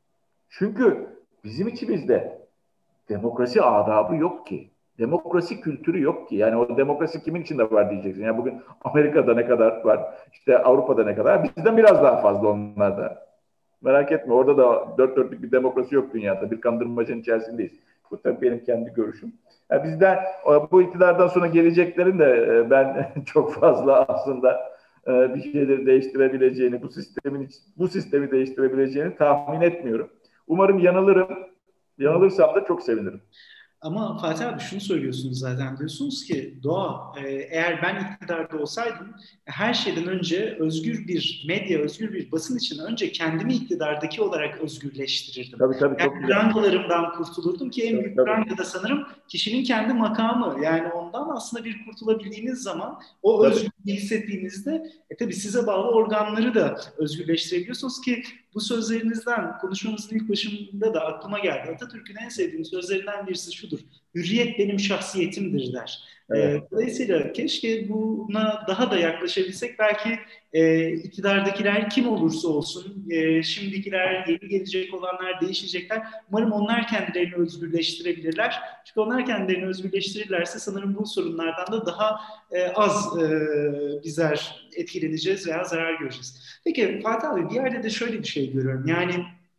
Çünkü bizim içimizde demokrasi adabı yok ki. Demokrasi kültürü yok ki. Yani o demokrasi kimin içinde var diyeceksin. Yani bugün Amerika'da ne kadar var, işte Avrupa'da ne kadar, bizden biraz daha fazla onlarda. Merak etme, orada da dört dörtlük bir demokrasi yok dünyada. Bir kandırmacının içerisindeyiz. Bu tabii benim kendi görüşüm. Yani bizden bu iktidardan sonra geleceklerin de ben çok fazla aslında bir şeyleri değiştirebileceğini, bu sistemi değiştirebileceğini tahmin etmiyorum. Umarım yanılırım. Yanılırsam da çok sevinirim. Ama Fatih abi şunu söylüyorsunuz zaten. Diyorsunuz ki Doğa, eğer ben iktidarda olsaydım her şeyden önce özgür bir medya, özgür bir basın için önce kendimi iktidardaki olarak özgürleştirirdim. Tabii Yani çok güzel. prangalarımdan kurtulurdum ki en büyük Tabii. pranga da sanırım kişinin kendi makamı. Yani ondan aslında bir kurtulabildiğiniz zaman o Tabii. özgürlüğü hissettiğinizde tabii size bağlı organları da özgürleştirebiliyorsunuz ki bu sözlerinizden konuşmamızın ilk başında da aklıma geldi. Atatürk'ün en sevdiğim sözlerinden birisi şudur: hürriyet benim şahsiyetimdir der. Evet. Dolayısıyla keşke buna daha da yaklaşabilsek. Belki iktidardakiler kim olursa olsun, şimdikiler, yeni gelecek olanlar, değişecekler. Umarım onlar kendilerini özgürleştirebilirler. Çünkü onlar kendilerini özgürleştirirlerse sanırım bu sorunlardan da daha az bizler etkileneceğiz veya zarar göreceğiz. Peki Fatih abi, bir yerde de şöyle bir şey görüyorum. Yani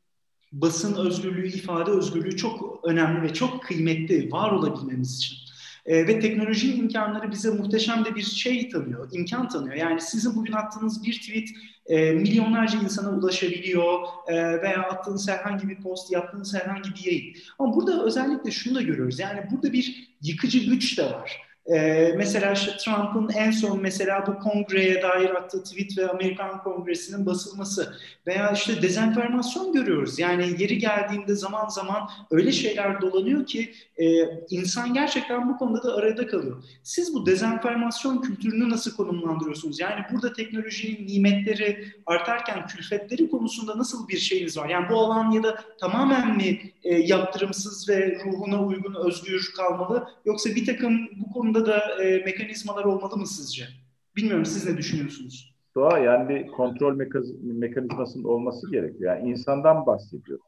basın özgürlüğü, ifade özgürlüğü çok önemli ve çok kıymetli var olabilmemiz için. Ve teknolojinin imkanları bize muhteşem de bir şey tanıyor, imkan tanıyor. Yani sizin bugün attığınız bir tweet milyonlarca insana ulaşabiliyor veya attığınız herhangi bir post, yaptığınız herhangi bir yayın. Ama burada özellikle şunu da görüyoruz. Yani burada bir yıkıcı güç de var. Mesela işte Trump'ın en son mesela bu kongreye dair attığı tweet ve Amerikan Kongresi'nin basılması veya işte dezenformasyon görüyoruz. Yani yeri geldiğinde zaman zaman öyle şeyler dolanıyor ki insan gerçekten bu konuda da arada kalıyor. Siz bu dezenformasyon kültürünü nasıl konumlandırıyorsunuz? Yani burada teknolojinin nimetleri artarken külfetleri konusunda nasıl bir şeyiniz var? Yani bu alan ya da tamamen mi yaptırımsız ve ruhuna uygun özgür kalmalı, yoksa bir takım bu konuda da mekanizmalar olmalı mı sizce? Bilmiyorum, siz ne düşünüyorsunuz? Doğa yani bir kontrol mekanizmasının olması gerekiyor. Yani insandan bahsediyor.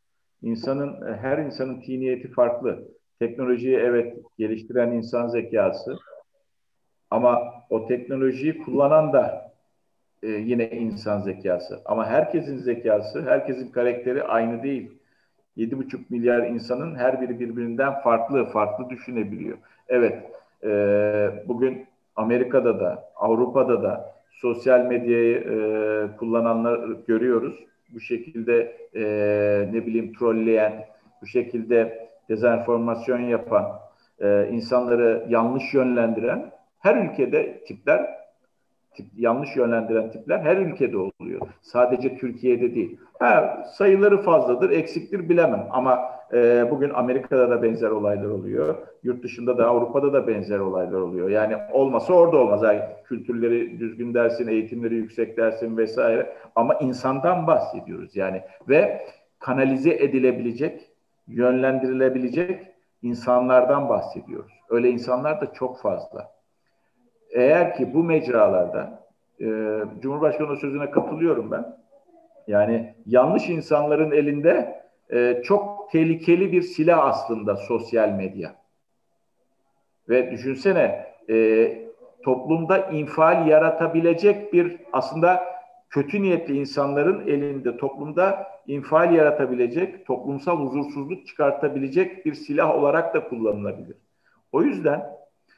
Her insanın tiniyeti farklı. Teknolojiyi evet geliştiren insan zekası, ama o teknolojiyi kullanan da yine insan zekası. Ama herkesin zekası, herkesin karakteri aynı değil. 7,5 milyar insanın her biri birbirinden farklı düşünebiliyor. Evet, bugün Amerika'da da, Avrupa'da da sosyal medyayı kullananlar görüyoruz. Bu şekilde ne bileyim trolleyen, bu şekilde dezenformasyon yapan, insanları yanlış yönlendiren her ülkede yanlış yönlendiren tipler her ülkede oluyor. Sadece Türkiye'de değil. Sayıları fazladır, eksiktir bilemem. Ama bugün Amerika'da da benzer olaylar oluyor. Yurt dışında da Avrupa'da da benzer olaylar oluyor. Yani olmasa orada olmaz. Yani kültürleri düzgün dersin, eğitimleri yüksek dersin vesaire. Ama insandan bahsediyoruz yani. Ve kanalize edilebilecek, yönlendirilebilecek insanlardan bahsediyoruz. Öyle insanlar da çok fazla. Eğer ki bu mecralarda Cumhurbaşkanı sözüne katılıyorum ben. Yani yanlış insanların elinde çok tehlikeli bir silah aslında sosyal medya. Ve düşünsene toplumda infial yaratabilecek bir aslında kötü niyetli insanların elinde toplumda infial yaratabilecek, toplumsal huzursuzluk çıkartabilecek bir silah olarak da kullanılabilir. O yüzden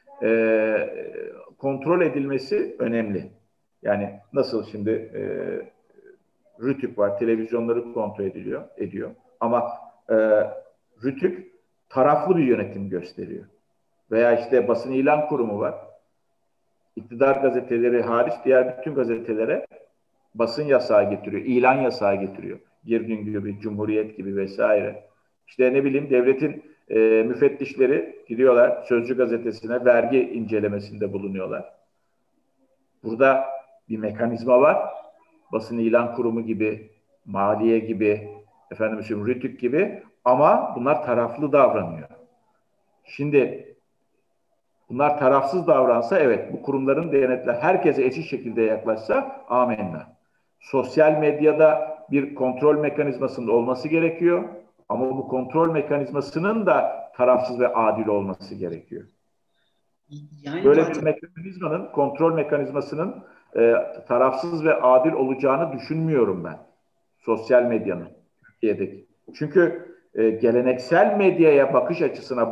kontrol edilmesi önemli. Yani nasıl şimdi RTÜK var, televizyonları kontrol ediyor. Ama RTÜK taraflı bir yönetim gösteriyor. Veya işte basın ilan kurumu var. İktidar gazeteleri hariç diğer bütün gazetelere basın yasağı getiriyor, ilan yasağı getiriyor. Bir Gün gibi, Cumhuriyet gibi vesaire. İşte ne bileyim devletin müfettişleri gidiyorlar Sözcü gazetesine vergi incelemesinde bulunuyorlar. Burada bir mekanizma var. Basın ilan kurumu gibi, maliye gibi, RTÜK gibi ama bunlar taraflı davranıyor. Şimdi bunlar tarafsız davransa evet bu kurumların denetler herkese eşit şekilde yaklaşsa amenna. Sosyal medyada bir kontrol mekanizmasının olması gerekiyor ama bu kontrol mekanizmasının da tarafsız ve adil olması gerekiyor. Yani böyle bir mekanizmanın, kontrol mekanizmasının tarafsız ve adil olacağını düşünmüyorum ben. Sosyal medyanın Türkiye'deki. Çünkü geleneksel medyaya bakış açısına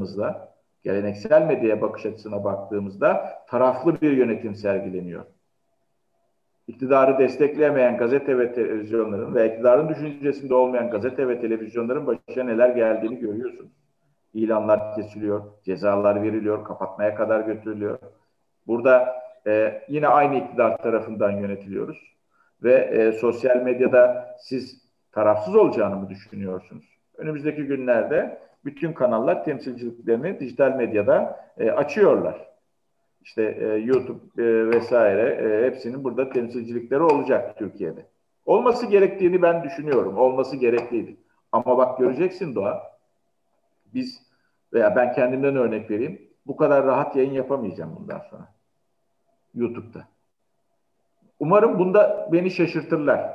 baktığımızda taraflı bir yönetim sergileniyor. İktidarı destekleyemeyen gazete ve televizyonların ve iktidarın düşüncesinde olmayan gazete ve televizyonların başına neler geldiğini görüyorsunuz. İlanlar kesiliyor, cezalar veriliyor, kapatmaya kadar götürülüyor. Burada yine aynı iktidar tarafından yönetiliyoruz. Ve sosyal medyada siz tarafsız olacağını mı düşünüyorsunuz? Önümüzdeki günlerde bütün kanallar temsilciliklerini dijital medyada açıyorlar. İşte YouTube vesaire hepsinin burada temsilcilikleri olacak Türkiye'de. Olması gerektiğini ben düşünüyorum. Olması gerekliydi. Ama bak göreceksin Doğa. Biz veya ben kendimden örnek vereyim. Bu kadar rahat yayın yapamayacağım bundan sonra. YouTube'da. Umarım bunda beni şaşırtırlar.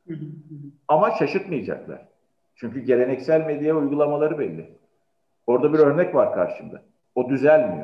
Ama şaşırtmayacaklar. Çünkü geleneksel medya uygulamaları belli. Orada bir örnek var karşımda. O düzelmiyor.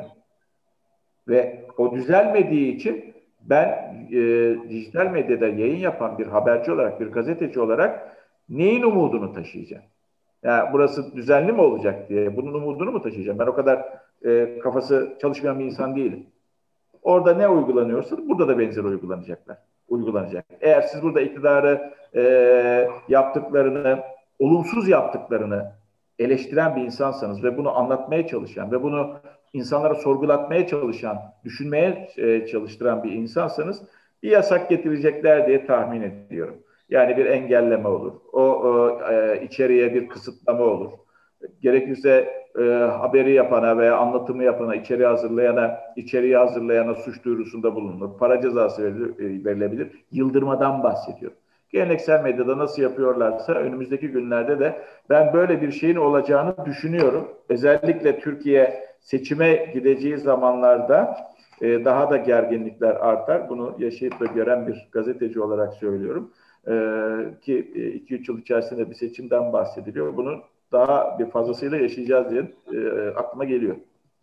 Ve o düzelmediği için ben dijital medyada yayın yapan bir haberci olarak, bir gazeteci olarak neyin umudunu taşıyacağım? Yani burası düzenli mi olacak diye bunun umudunu mu taşıyacağım? Ben o kadar kafası çalışmayan bir insan değilim. Orada ne uygulanıyorsa burada da benzer uygulanacak. Eğer siz burada iktidarı yaptıklarını, olumsuz yaptıklarını eleştiren bir insansanız ve bunu anlatmaya çalışan ve bunu insanlara sorgulatmaya çalışan, düşünmeye çalıştıran bir insansanız bir yasak getirecekler diye tahmin ediyorum. Yani bir engelleme olur. İçeriye bir kısıtlama olur. Gerekirse haberi yapana veya anlatımı yapana, içeriği hazırlayana suç duyurusunda bulunur. Para cezası verilebilir. Yıldırmadan bahsediyorum. Geleneksel medyada nasıl yapıyorlarsa önümüzdeki günlerde de ben böyle bir şeyin olacağını düşünüyorum. Özellikle Türkiye seçime gideceği zamanlarda daha da gerginlikler artar. Bunu yaşayıp da gören bir gazeteci olarak söylüyorum. Ki 2-3 yıl içerisinde bir seçimden bahsediliyor. Bunu daha bir fazlasıyla yaşayacağız diye aklıma geliyor.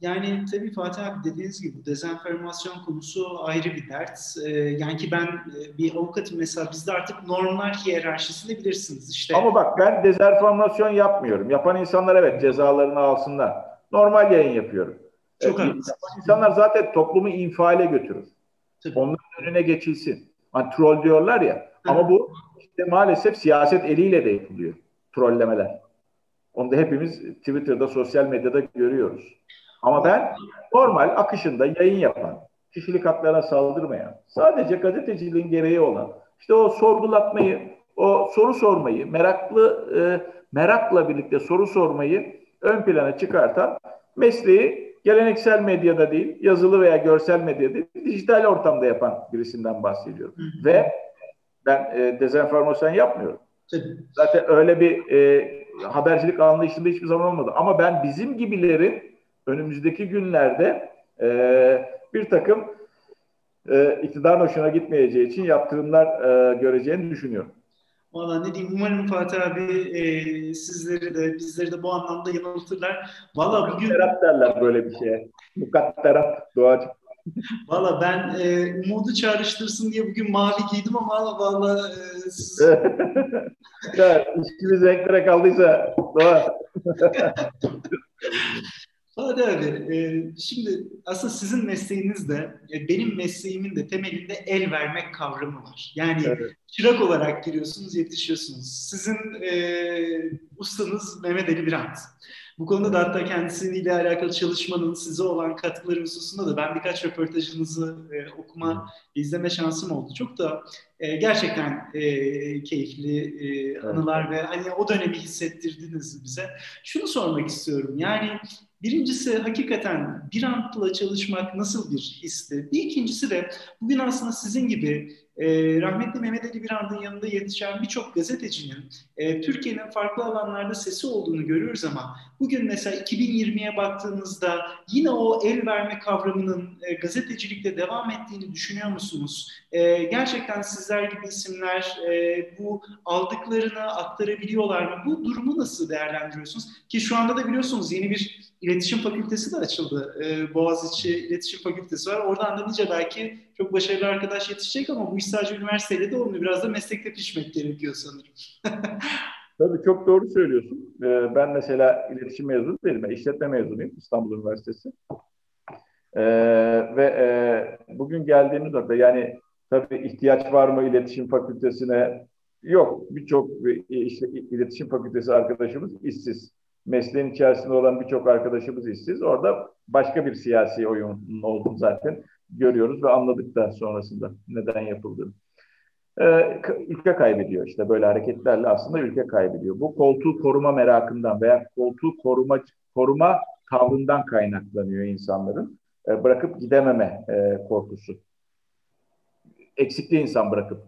Yani tabii Fatih abi dediğiniz gibi dezenformasyon konusu ayrı bir dert. Yani ki ben bir avukatım mesela bizde artık normlar hiyerarşisini bilirsiniz. İşte Ama bak ben dezenformasyon yapmıyorum. Yapan insanlar evet cezalarını alsınlar. Normal yayın yapıyorum. çok Yapan haklısınız. Hı hı. insanlar zaten toplumu infiale götürür. Tabii. Onların önüne geçilsin. Hani troll diyorlar ya. Hı Ama hı. bu işte maalesef siyaset eliyle de yapılıyor. Trollemeler. Onu da hepimiz Twitter'da, sosyal medyada görüyoruz. Ama ben normal akışında yayın yapan, kişilik haklarına saldırmayan, sadece gazeteciliğin gereği olan, işte o sorgulatmayı, o soru sormayı, merakla birlikte soru sormayı ön plana çıkartan mesleği geleneksel medyada değil, yazılı veya görsel medyada değil, dijital ortamda yapan birisinden bahsediyorum. Hı hı. Ve ben dezenformasyon yapmıyorum. Tabii. Zaten öyle bir habercilik anlayışında hiçbir zaman olmadı. Ama ben bizim gibilerin önümüzdeki günlerde bir takım iktidarın hoşuna gitmeyeceği için yaptırımlar göreceğini düşünüyorum. Valla ne diyeyim umarım Fatih abi sizleri de bizleri de bu anlamda yanıltırlar. Valla bugün Mukadderat derler böyle bir şeye. Mukadderat doğacı. valla ben umudu çağrıştırsın diye bugün mavi giydim ama valla siz Ya, işimiz renklere kaldıysa doğa. Fatih abi, şimdi aslında sizin mesleğinizde, benim mesleğimin de temelinde el vermek kavramı var. Yani Evet, çırak olarak giriyorsunuz, yetişiyorsunuz. Sizin ustanız Mehmet Ali Birant. Bu konuda da evet, hatta kendisiyle alakalı çalışmanın size olan katkıları hususunda da ben birkaç röportajınızı okuma, izleme şansım oldu. Çok da gerçekten keyifli evet. anılar ve hani o dönemi hissettirdiniz bize. Şunu sormak istiyorum. Yani birincisi hakikaten bir antla çalışmak nasıl bir histi? Bir ikincisi de bugün aslında sizin gibi rahmetli Mehmet Ali Birand'ın yanında yetişen birçok gazetecinin Türkiye'nin farklı alanlarda sesi olduğunu görüyoruz ama bugün mesela 2020'ye baktığınızda yine o el verme kavramının gazetecilikte devam ettiğini düşünüyor musunuz? Gerçekten sizler gibi isimler bu aldıklarını aktarabiliyorlar mı? Bu durumu nasıl değerlendiriyorsunuz? Ki şu anda da biliyorsunuz yeni bir İletişim Fakültesi de açıldı. Boğaziçi İletişim Fakültesi var. Oradan da nice belki çok başarılı arkadaş yetişecek ama bu iş sadece üniversiteyle de olmuyor. Biraz da meslekte pişmek gerekiyor sanırım. Tabii çok doğru söylüyorsun. Ben mesela iletişim mezunu değilim. Ben işletme mezunuyum İstanbul Üniversitesi. Ee, ve bugün geldiğimiz nokta yani tabii ihtiyaç var mı iletişim fakültesine? Yok. Birçok işte, iletişim fakültesi arkadaşımız işsiz. Mesleğin içerisinde olan birçok arkadaşımız işsiz. Orada başka bir siyasi oyun olduğunu zaten görüyoruz ve anladık da sonrasında neden yapıldığını. Ülke kaybediyor işte böyle hareketlerle aslında ülke kaybediyor. Bu koltuğu koruma merakından veya koltuğu koruma tavrından kaynaklanıyor insanların. Bırakıp gidememe korkusu. Eksikli insan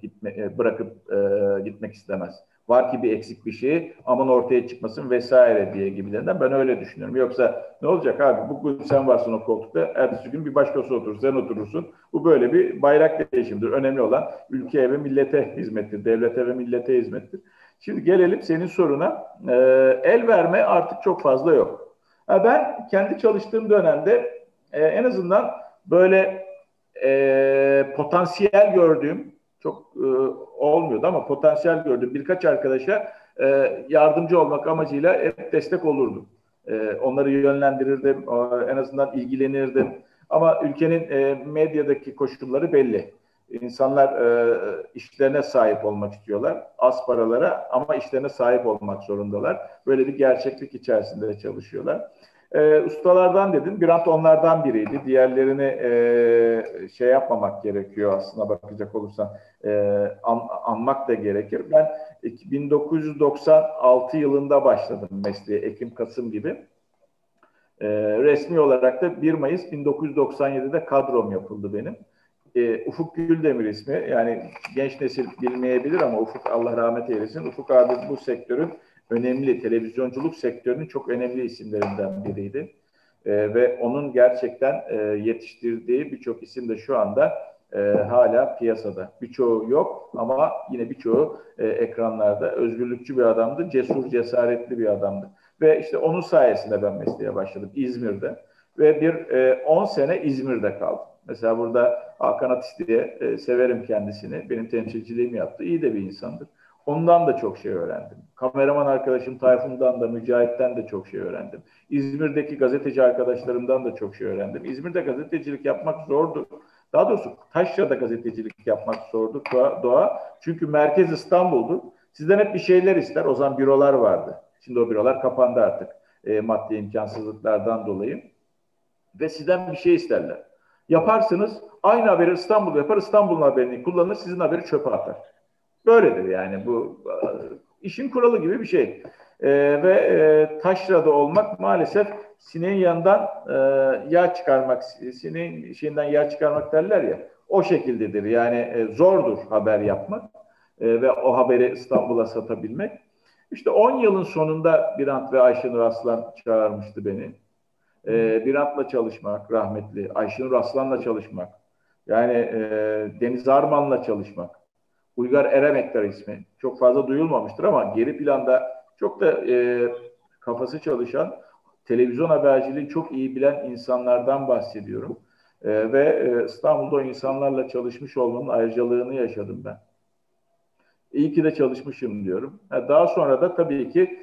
gitmek istemez. Var ki bir eksik bir şey aman ortaya çıkmasın vesaire diye gibilerinden ben öyle düşünüyorum. Yoksa ne olacak abi bugün sen varsın o koltukta ertesi gün bir başkası oturur sen oturursun. Bu böyle bir bayrak değişimidir. Önemli olan ülkeye ve millete hizmettir. Devlete ve millete hizmettir. Şimdi gelelim senin soruna. El verme artık çok fazla yok. Ben kendi çalıştığım dönemde en azından böyle potansiyel gördüğüm çok olmuyordu ama potansiyel gördüğüm birkaç arkadaşa yardımcı olmak amacıyla hep destek olurdum. Onları yönlendirirdim, en azından ilgilenirdim. Ama ülkenin medyadaki koşulları belli. İnsanlar işlerine sahip olmak istiyorlar. Az paralara ama işlerine sahip olmak zorundalar. Böyle bir gerçeklik içerisinde çalışıyorlar. Ustalardan dedim. Grant onlardan biriydi. Diğerlerini şey yapmamak gerekiyor aslında bakacak olursan. Anmak da gerekir. Ben 1996 yılında başladım mesleğe. Ekim-Kasım gibi. Resmi olarak da 1 Mayıs 1997'de kadrom yapıldı benim. Ufuk Güldemir ismi. Yani genç nesil bilmeyebilir ama Ufuk Allah rahmet eylesin. Ufuk abi bu sektörün önemli, televizyonculuk sektörünün çok önemli isimlerinden biriydi. Ve onun gerçekten yetiştirdiği birçok isim de şu anda hala piyasada. Birçoğu yok ama yine birçoğu ekranlarda. Özgürlükçü bir adamdı, cesur, cesaretli bir adamdı. Ve işte onun sayesinde ben mesleğe başladım İzmir'de. ve 10 sene İzmir'de kaldım. Mesela burada Hakan Atis diye severim kendisini. Benim temsilciliğimi yaptı. İyi de bir insandır. Ondan da çok şey öğrendim. Kameraman arkadaşım Tayfun'dan da, Mücahit'ten de çok şey öğrendim. İzmir'deki gazeteci arkadaşlarımdan da çok şey öğrendim. İzmir'de gazetecilik yapmak zordu. Daha doğrusu Taşra'da gazetecilik yapmak zordu Doğa. Çünkü merkez İstanbul'du. Sizden hep bir şeyler ister. O zaman bürolar vardı. Şimdi o bürolar kapandı artık. Maddi imkansızlıklardan dolayı. Ve sizden bir şey isterler. Yaparsınız, aynı haberi İstanbul yapar, İstanbul'un haberini kullanır, sizin haberi çöpe atar. Böyledir yani, bu işin kuralı gibi bir şey. Taşrada olmak maalesef sineğin yanından yağ çıkarmak, sineğin şeyinden yağ çıkarmak derler ya, o şekildedir. Yani zordur haber yapmak ve o haberi İstanbul'a satabilmek. İşte 10 yılın sonunda Birant ve Ayşenur Aslan çağırmıştı beni. Birant'la çalışmak, rahmetli Ayşenur Aslan'la çalışmak, yani Deniz Arman'la çalışmak, Uygar Eremektar ismi çok fazla duyulmamıştır ama geri planda çok da kafası çalışan, televizyon haberciliği çok iyi bilen insanlardan bahsediyorum. İstanbul'da o insanlarla çalışmış olmanın ayrıcalığını yaşadım ben. İyi ki de çalışmışım diyorum. Daha sonra da tabii ki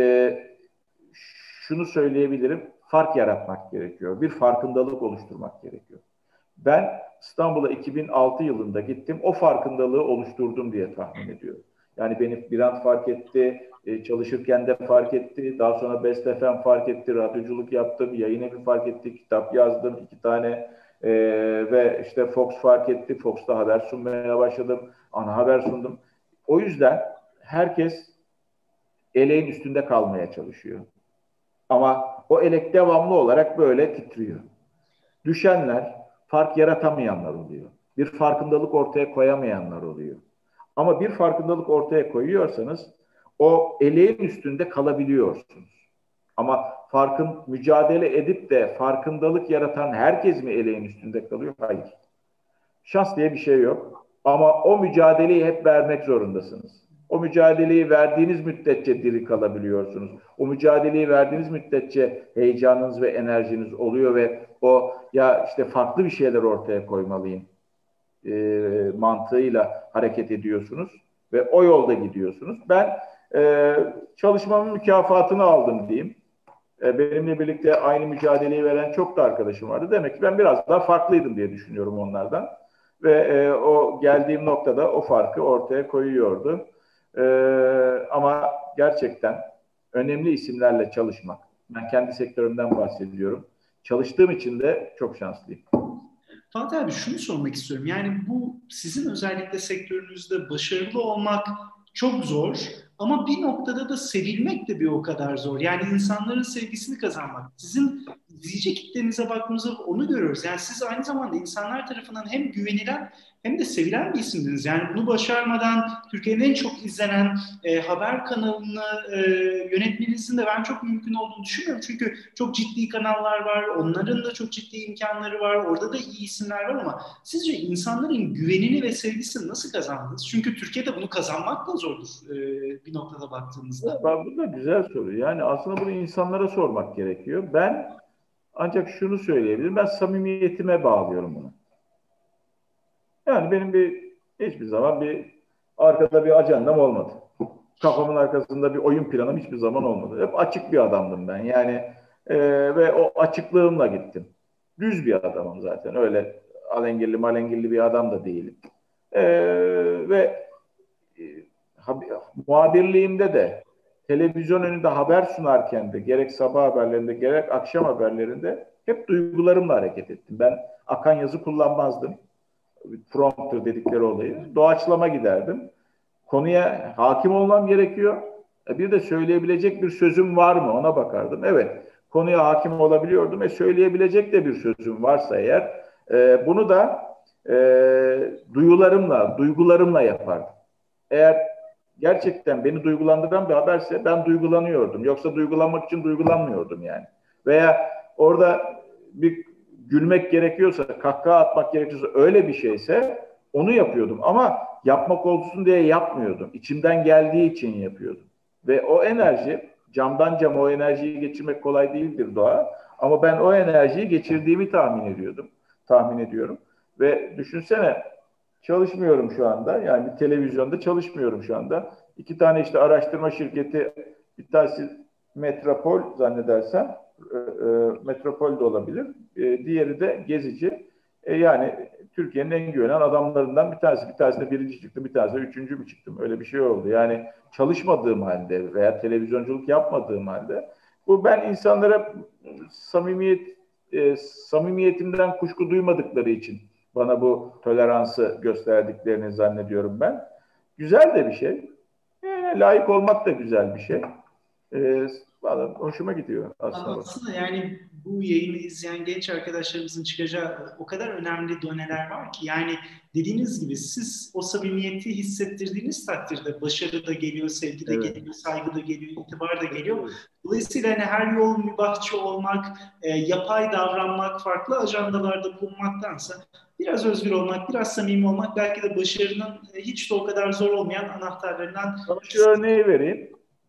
şunu söyleyebilirim, fark yaratmak gerekiyor. Bir farkındalık oluşturmak gerekiyor. Ben İstanbul'a 2006 yılında gittim. O farkındalığı oluşturdum diye tahmin ediyorum. Yani beni Birant fark etti, çalışırken de fark etti. Daha sonra Best FM fark etti, radyoculuk yaptım, yayın evi fark etti, kitap yazdım 2 tane. Ve işte Fox fark etti. Fox'ta haber sunmaya başladım. Ana haber sundum. O yüzden herkes eleğin üstünde kalmaya çalışıyor. Ama o elek devamlı olarak böyle titriyor. Düşenler, fark yaratamayanlar oluyor. Bir farkındalık ortaya koyamayanlar oluyor. Ama bir farkındalık ortaya koyuyorsanız o eleğin üstünde kalabiliyorsunuz. Ama mücadele edip de farkındalık yaratan herkes mi eleğin üstünde kalıyor? Hayır. Şans diye bir şey yok. Ama o mücadeleyi hep vermek zorundasınız. O mücadeleyi verdiğiniz müddetçe diri kalabiliyorsunuz. O mücadeleyi verdiğiniz müddetçe heyecanınız ve enerjiniz oluyor ve ya işte farklı bir şeyler ortaya koymalıyım mantığıyla hareket ediyorsunuz ve o yolda gidiyorsunuz. Ben çalışmamın mükafatını aldım diyeyim. Benimle birlikte aynı mücadeleyi veren çok da arkadaşım vardı. Demek ki ben biraz daha farklıydım diye düşünüyorum onlardan. Ve o geldiğim noktada o farkı ortaya koyuyordu. Ama gerçekten önemli isimlerle çalışmak. Ben kendi sektörümden bahsediyorum. Çalıştığım için de çok şanslıyım. Fatih abi, şunu sormak istiyorum. Yani bu sizin özellikle sektörünüzde başarılı olmak çok zor ama bir noktada da sevilmek de bir o kadar zor. Yani insanların sevgisini kazanmak. Sizin izleyici kitlenize baktığımızda onu görüyoruz. Yani siz aynı zamanda insanlar tarafından hem güvenilen hem de sevilen bir isimdiniz. Yani bunu başarmadan Türkiye'nin en çok izlenen haber kanalını yönetmenizin de ben çok mümkün olduğunu düşünmüyorum. Çünkü çok ciddi kanallar var, onların da çok ciddi imkanları var, orada da iyi isimler var ama sizce insanların güvenini ve sevgisini nasıl kazandınız? Çünkü Türkiye'de bunu kazanmak da zordur bir noktada baktığımızda. Bu da güzel soru. Yani aslında bunu insanlara sormak gerekiyor. Ben ancak şunu söyleyebilirim. Ben samimiyetime bağlıyorum bunu. Yani benim hiçbir zaman arkada bir ajandam olmadı. Kafamın arkasında bir oyun planım hiçbir zaman olmadı. Hep açık bir adamdım ben. Yani ve o açıklığımla gittim. Düz bir adamım zaten. Öyle alengirli malengirli bir adam da değilim. Ve muhabirliğimde de televizyon önünde haber sunarken de gerek sabah haberlerinde gerek akşam haberlerinde hep duygularımla hareket ettim. Ben akan yazı kullanmazdım. Prompter dedikleri olayı. Doğaçlama giderdim. Konuya hakim olmam gerekiyor. Bir de söyleyebilecek bir sözüm var mı ona bakardım. Evet, konuya hakim olabiliyordum. Söyleyebilecek de bir sözüm varsa eğer bunu da duygularımla yapardım. Eğer gerçekten beni duygulandıran bir haberse ben duygulanıyordum. Yoksa duygulanmak için duygulanmıyordum yani. Veya orada bir gülmek gerekiyorsa, kahkaha atmak gerekiyorsa öyle bir şeyse onu yapıyordum. Ama yapmak olsun diye yapmıyordum. İçimden geldiği için yapıyordum. Ve o enerji, camdan cama o enerjiyi geçirmek kolay değildir Doğa. Ama ben o enerjiyi geçirdiğimi tahmin ediyorum. Ve düşünsene, çalışmıyorum şu anda. Yani bir televizyonda çalışmıyorum şu anda. İki tane işte araştırma şirketi, bir tanesi Metropol zannedersem, Metropol de olabilir. Diğeri de Gezici. Yani Türkiye'nin en güvenen adamlarından bir tanesi. Bir tanesi de birinci çıktı, bir tanesi de üçüncü mü çıktım. Öyle bir şey oldu. Yani çalışmadığım halde veya televizyonculuk yapmadığım halde, bu ben insanlara samimiyetimden kuşku duymadıkları için bana bu toleransı gösterdiklerini zannediyorum ben. Güzel de bir şey. Layık olmak da güzel bir şey. Valla hoşuma gidiyor aslında. Aslında yani bu yayını izleyen genç arkadaşlarımızın çıkacağı o kadar önemli doneler var ki, yani dediğiniz gibi siz o samimiyeti hissettirdiğiniz takdirde başarı da geliyor, sevgi de Evet. geliyor, saygı da geliyor, itibar da geliyor. Dolayısıyla hani her yol mübahçe olmak, yapay davranmak, farklı ajandalarda bulunmaktansa biraz özgür olmak, biraz samimi olmak belki de başarının hiç de o kadar zor olmayan anahtarlarından. Sana şu örneği vereyim.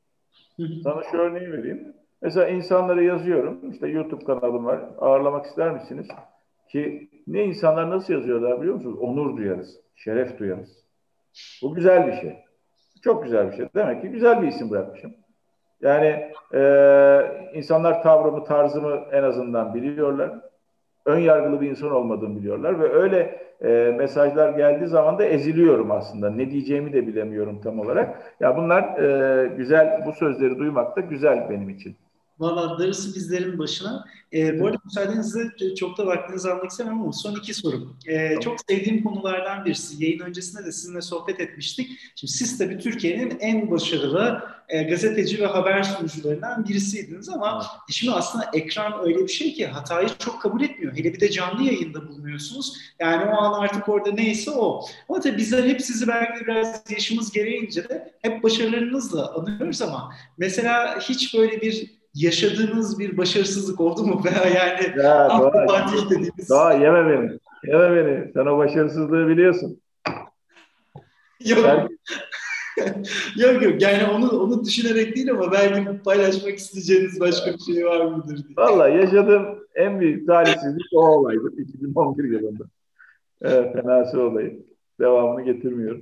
Mesela insanlara yazıyorum. İşte YouTube kanalım var. Ağırlamak ister misiniz? Ki ne insanlar nasıl yazıyorlar biliyor musunuz? Onur duyarız. Şeref duyarız. Bu güzel bir şey. Çok güzel bir şey. Demek ki güzel bir isim bırakmışım. Yani insanlar tavrımı, tarzımı en azından biliyorlar. Ön yargılı bir insan olmadığımı biliyorlar ve öyle mesajlar geldiği zaman da eziliyorum aslında. Ne diyeceğimi de bilemiyorum tam olarak. Ya bunlar güzel, bu sözleri duymak da güzel benim için. Valla darısı bizlerin başına. Bu arada müsaadenizle çok da vaktinizi almak istemem ama son iki sorum. Çok sevdiğim konulardan birisi. Yayın öncesinde de sizinle sohbet etmiştik. Şimdi siz tabii Türkiye'nin en başarılı gazeteci ve haber sunucularından birisiydiniz ama şimdi aslında ekran öyle bir şey ki hatayı çok kabul etmiyor. Hele bir de canlı yayında bulunuyorsunuz. Yani o an artık orada neyse o. Ama tabii bizler hep sizi belki de biraz yaşımız gereğince de hep başarılarınızla anıyoruz ama mesela hiç böyle bir yaşadığınız bir başarısızlık oldu mu? Veya yani Ya Fatih dediğimiz. Doğa yeme beni. Yeme beni. Sen o başarısızlığı biliyorsun. Yok. Yok yani onu düşünerek değil ama belki paylaşmak isteyeceğiniz başka bir şey var mıdır diye. Vallahi yaşadığım en büyük talihsizlik o olaydı 2011 yılında. Evet, fenası olayı. Devamını getirmiyorum.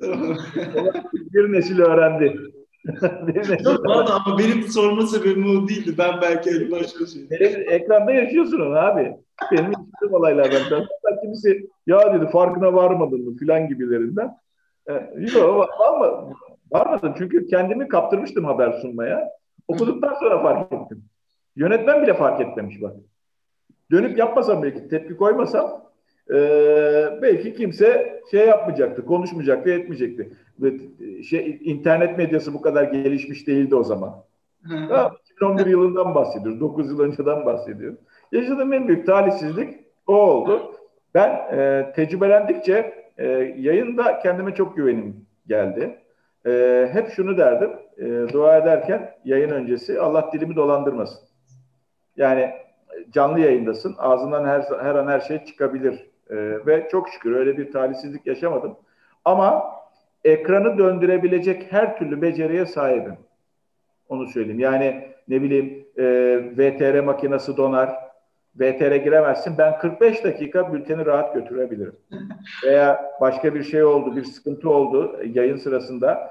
Bir nesil öğrendi. Bir nesil Yok öğrendi. valla ama benim sorma sebebim o değildi. Ben belki hani başka şey. Ekranda yaşıyorsun onu abi. Benim yaşadığım olaylardan. Hatta kimisi ya dedi farkına varmadın mı filan gibilerinden. Yok ama varmadım çünkü kendimi kaptırmıştım haber sunmaya. Okuduktan sonra fark ettim. Yönetmen bile fark etmemiş bak. Dönüp yapmasam, belki tepki koymasam belki kimse şey yapmayacaktı, konuşmayacaktı, etmeyecekti. Ve internet medyası bu kadar gelişmiş değildi o zaman. 2011 yılından bahsediyoruz, 9 yıl önceden bahsediyoruz. Yaşadığım en büyük talihsizlik o oldu. Ben tecrübelendikçe yayında kendime çok güvenim geldi. Hep şunu derdim, dua ederken yayın öncesi, Allah dilimi dolandırmasın. Yani canlı yayındasın. Ağzından her an her şey çıkabilir. Ve çok şükür öyle bir talihsizlik yaşamadım. Ama ekranı döndürebilecek her türlü beceriye sahibim. Onu söyleyeyim. Yani ne bileyim VTR makinesi donar. VTR giremezsin. Ben 45 dakika bülteni rahat götürebilirim. Veya başka bir şey oldu, bir sıkıntı oldu yayın sırasında.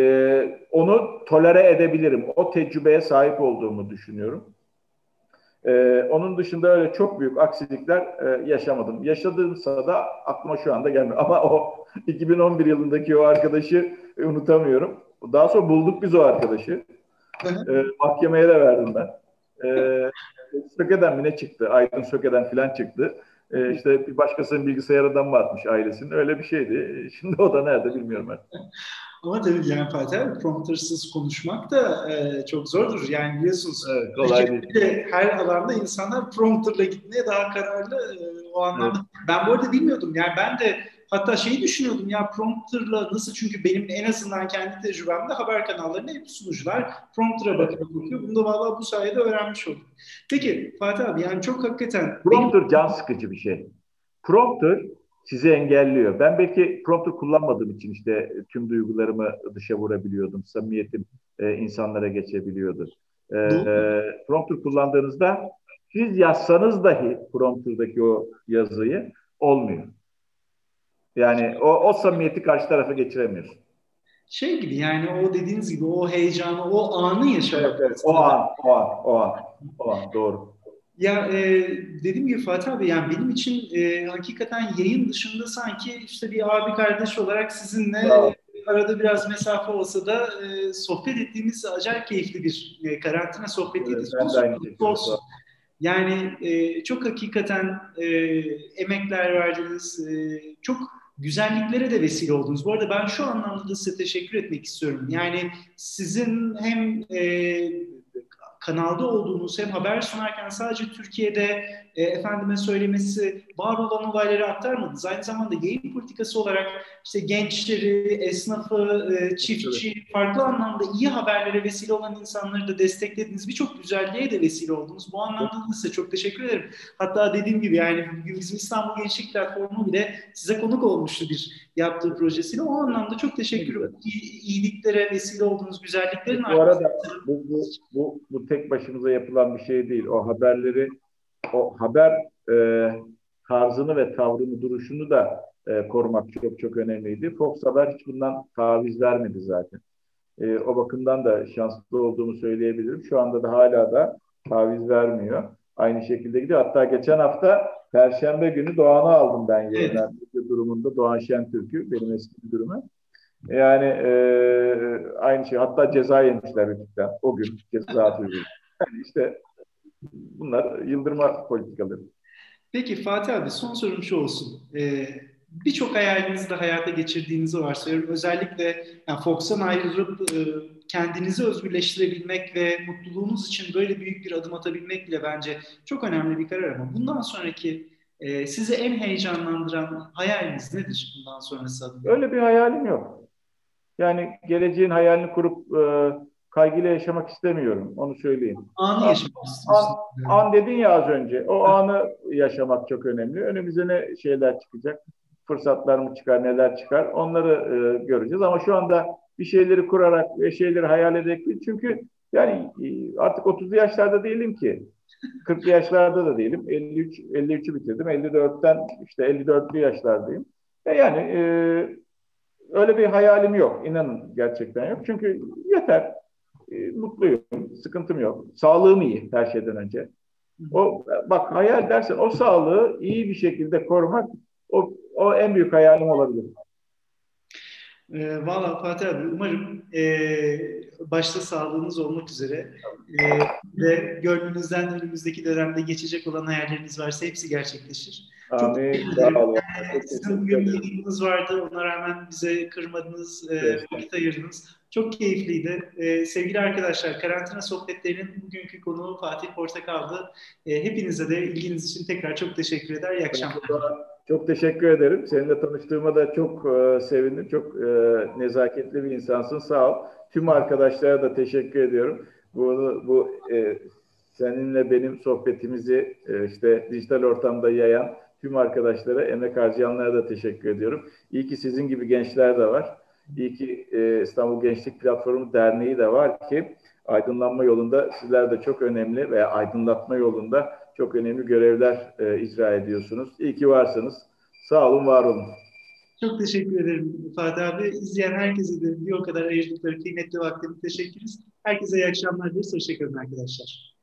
Onu tolere edebilirim. O tecrübeye sahip olduğumu düşünüyorum. Onun dışında öyle çok büyük aksilikler yaşamadım. Yaşadığımsa da aklıma şu anda gelmiyor. Ama o 2011 yılındaki o arkadaşı unutamıyorum. Daha sonra bulduk biz o arkadaşı. Mahkemeye de verdim ben. Söke'den mi ne çıktı? Aydın Söke'den falan çıktı. İşte bir başkasının bilgisayarından mı atmış ailesinin? Öyle bir şeydi. Şimdi o da nerede bilmiyorum ben. Ama tabii yani Fatih abi, promptersız konuşmak da çok zordur. Yani biliyorsunuz Evet, kolay değil. her alanda insanlar prompterla gitmeye daha kararlı o anlamda. Evet. Ben bu arada bilmiyordum. Yani ben de hatta şeyi düşünüyordum ya, prompterla nasıl, çünkü benim en azından kendi tecrübemde haber kanallarında hep sunucular prompter'a bakarak okuyor. Bunu da vallahi bu sayede öğrenmiş oldum. Peki Fatih abi, yani çok hakikaten Prompter can sıkıcı bir şey. Prompter sizi engelliyor. Ben belki prompter kullanmadığım için işte tüm duygularımı dışa vurabiliyordum. Samimiyetim insanlara geçebiliyordu. doğru. Prompter kullandığınızda siz yazsanız dahi prompterdaki o yazıyı olmuyor. Yani o samimiyeti karşı tarafa geçiremiyorsun. Şey gibi yani o dediğiniz gibi o heyecanı, o anı Evet, yaşamak evet. O aslında. an, o an, o an, o an. Doğru. Ya dediğim gibi Fatih abi yani benim için hakikaten yayın dışında sanki işte bir abi kardeş olarak sizinle Sağ ol. arada biraz mesafe olsa da sohbet ettiğimiz acayip keyifli bir karantina sohbetiydi. Evet, ben de aynı şekilde. Sağ ol. Olsun. Yani çok hakikaten emekler verdiniz, çok güzelliklere de vesile oldunuz. Bu arada ben şu anlamda da size teşekkür etmek istiyorum. Yani sizin hem kanalda olduğunuz hem haber sunarken sadece Türkiye'de efendime söylemesi var olan olayları aktarmadınız. Aynı zamanda yayın politikası olarak işte gençleri, esnafı, çiftçi, farklı anlamda iyi haberlere vesile olan insanları da desteklediniz. Birçok güzelliğe de vesile oldunuz. Bu anlamda da size çok teşekkür ederim. Hatta dediğim gibi yani bugün bizim İstanbul Gençlik Platformu bile size konuk olmuştu bir yaptığı projesiyle. O anlamda çok teşekkür ederim. İyiliklere vesile olduğunuz güzelliklerin Bu arada arkasında. bu tek başımıza yapılan bir şey değil. O haber e, tarzını ve tavrını, duruşunu da korumak çok çok önemliydi. Fox Haber hiç bundan taviz vermedi zaten. O bakımdan da şanslı olduğumu söyleyebilirim. Şu anda da hala da taviz vermiyor. Aynı şekilde gidiyor. Hatta geçen hafta Perşembe günü Doğan'ı aldım ben Evet. yayına. Durumunda Doğan Şentürk'ü, benim eski müdürüme. Yani aynı şey. Hatta ceza yemişler birlikte. O gün ceza duyuyor. Yani işte bunlar yıldırma politikaları. Peki Fatih abi son sorum şu olsun. Birçok hayalinizi de hayata geçirdiğinizi varsayıyorum. Özellikle yani Fox'tan ayrılıp kendinizi özgürleştirebilmek ve mutluluğunuz için böyle büyük bir adım atabilmek bile bence çok önemli bir karar ama bundan sonraki sizi en heyecanlandıran hayaliniz nedir bundan sonrası adına? Öyle bir hayalim yok. Yani geleceğin hayalini kurup kaygıyla yaşamak istemiyorum. Onu söyleyeyim. Anı An, yaşamak an, istiyorsunuz. Yani. an dedin ya az önce. O anı yaşamak çok önemli. Önümüze ne şeyler çıkacak? Fırsatlar mı çıkar, neler çıkar? Onları göreceğiz. Ama şu anda bir şeyleri kurarak ve şeyleri hayal ederek değil. Çünkü yani artık 30'lu yaşlarda değilim ki. 40'lı yaşlarda da değilim. 53'ü bitirdim. 54'ten işte 54'lü yaşlardayım. Yani öyle bir hayalim yok. İnanın gerçekten yok. Çünkü yeter. Mutluyum. Sıkıntım yok. Sağlığım iyi her şeyden önce. Bak hayal dersen o sağlığı iyi bir şekilde korumak o en büyük hayalim olabilir. Valla Fatih abi umarım başta sağlığınız olmak üzere ve gönlünüzden önümüzdeki dönemde geçecek olan hayalleriniz varsa hepsi gerçekleşir. Çok Amin. teşekkür Sağ ederim. olun. Çok Sizin teşekkür bugün ederim. yayınınız vardı. Ona rağmen bize kırmadınız, Görüşmek vakit ayırdınız. Çok keyifliydi. Sevgili arkadaşlar, karantina sohbetlerinin bugünkü konuğu Fatih Portakal'dı. Hepinize de ilginiz için tekrar çok teşekkür eder. İyi akşamlar. Çok teşekkür ederim. Seninle tanıştığıma da çok sevindim. Çok nezaketli bir insansın. Sağ ol. Tüm arkadaşlara da teşekkür ediyorum. Bu seninle benim sohbetimizi işte dijital ortamda yayan tüm arkadaşlara, emek harcayanlara da teşekkür ediyorum. İyi ki sizin gibi gençler de var. İyi ki İstanbul Gençlik Platformu Derneği de var ki aydınlanma yolunda sizler de çok önemli veya aydınlatma yolunda çok önemli görevler icra ediyorsunuz. İyi ki varsınız. Sağ olun, var olun. Çok teşekkür ederim Fatih abi. İzleyen herkese de bir o kadar ayırdıkları kıymetli vaktini teşekkürüz. Herkese iyi akşamlar dileriz. Hoşçakalın arkadaşlar.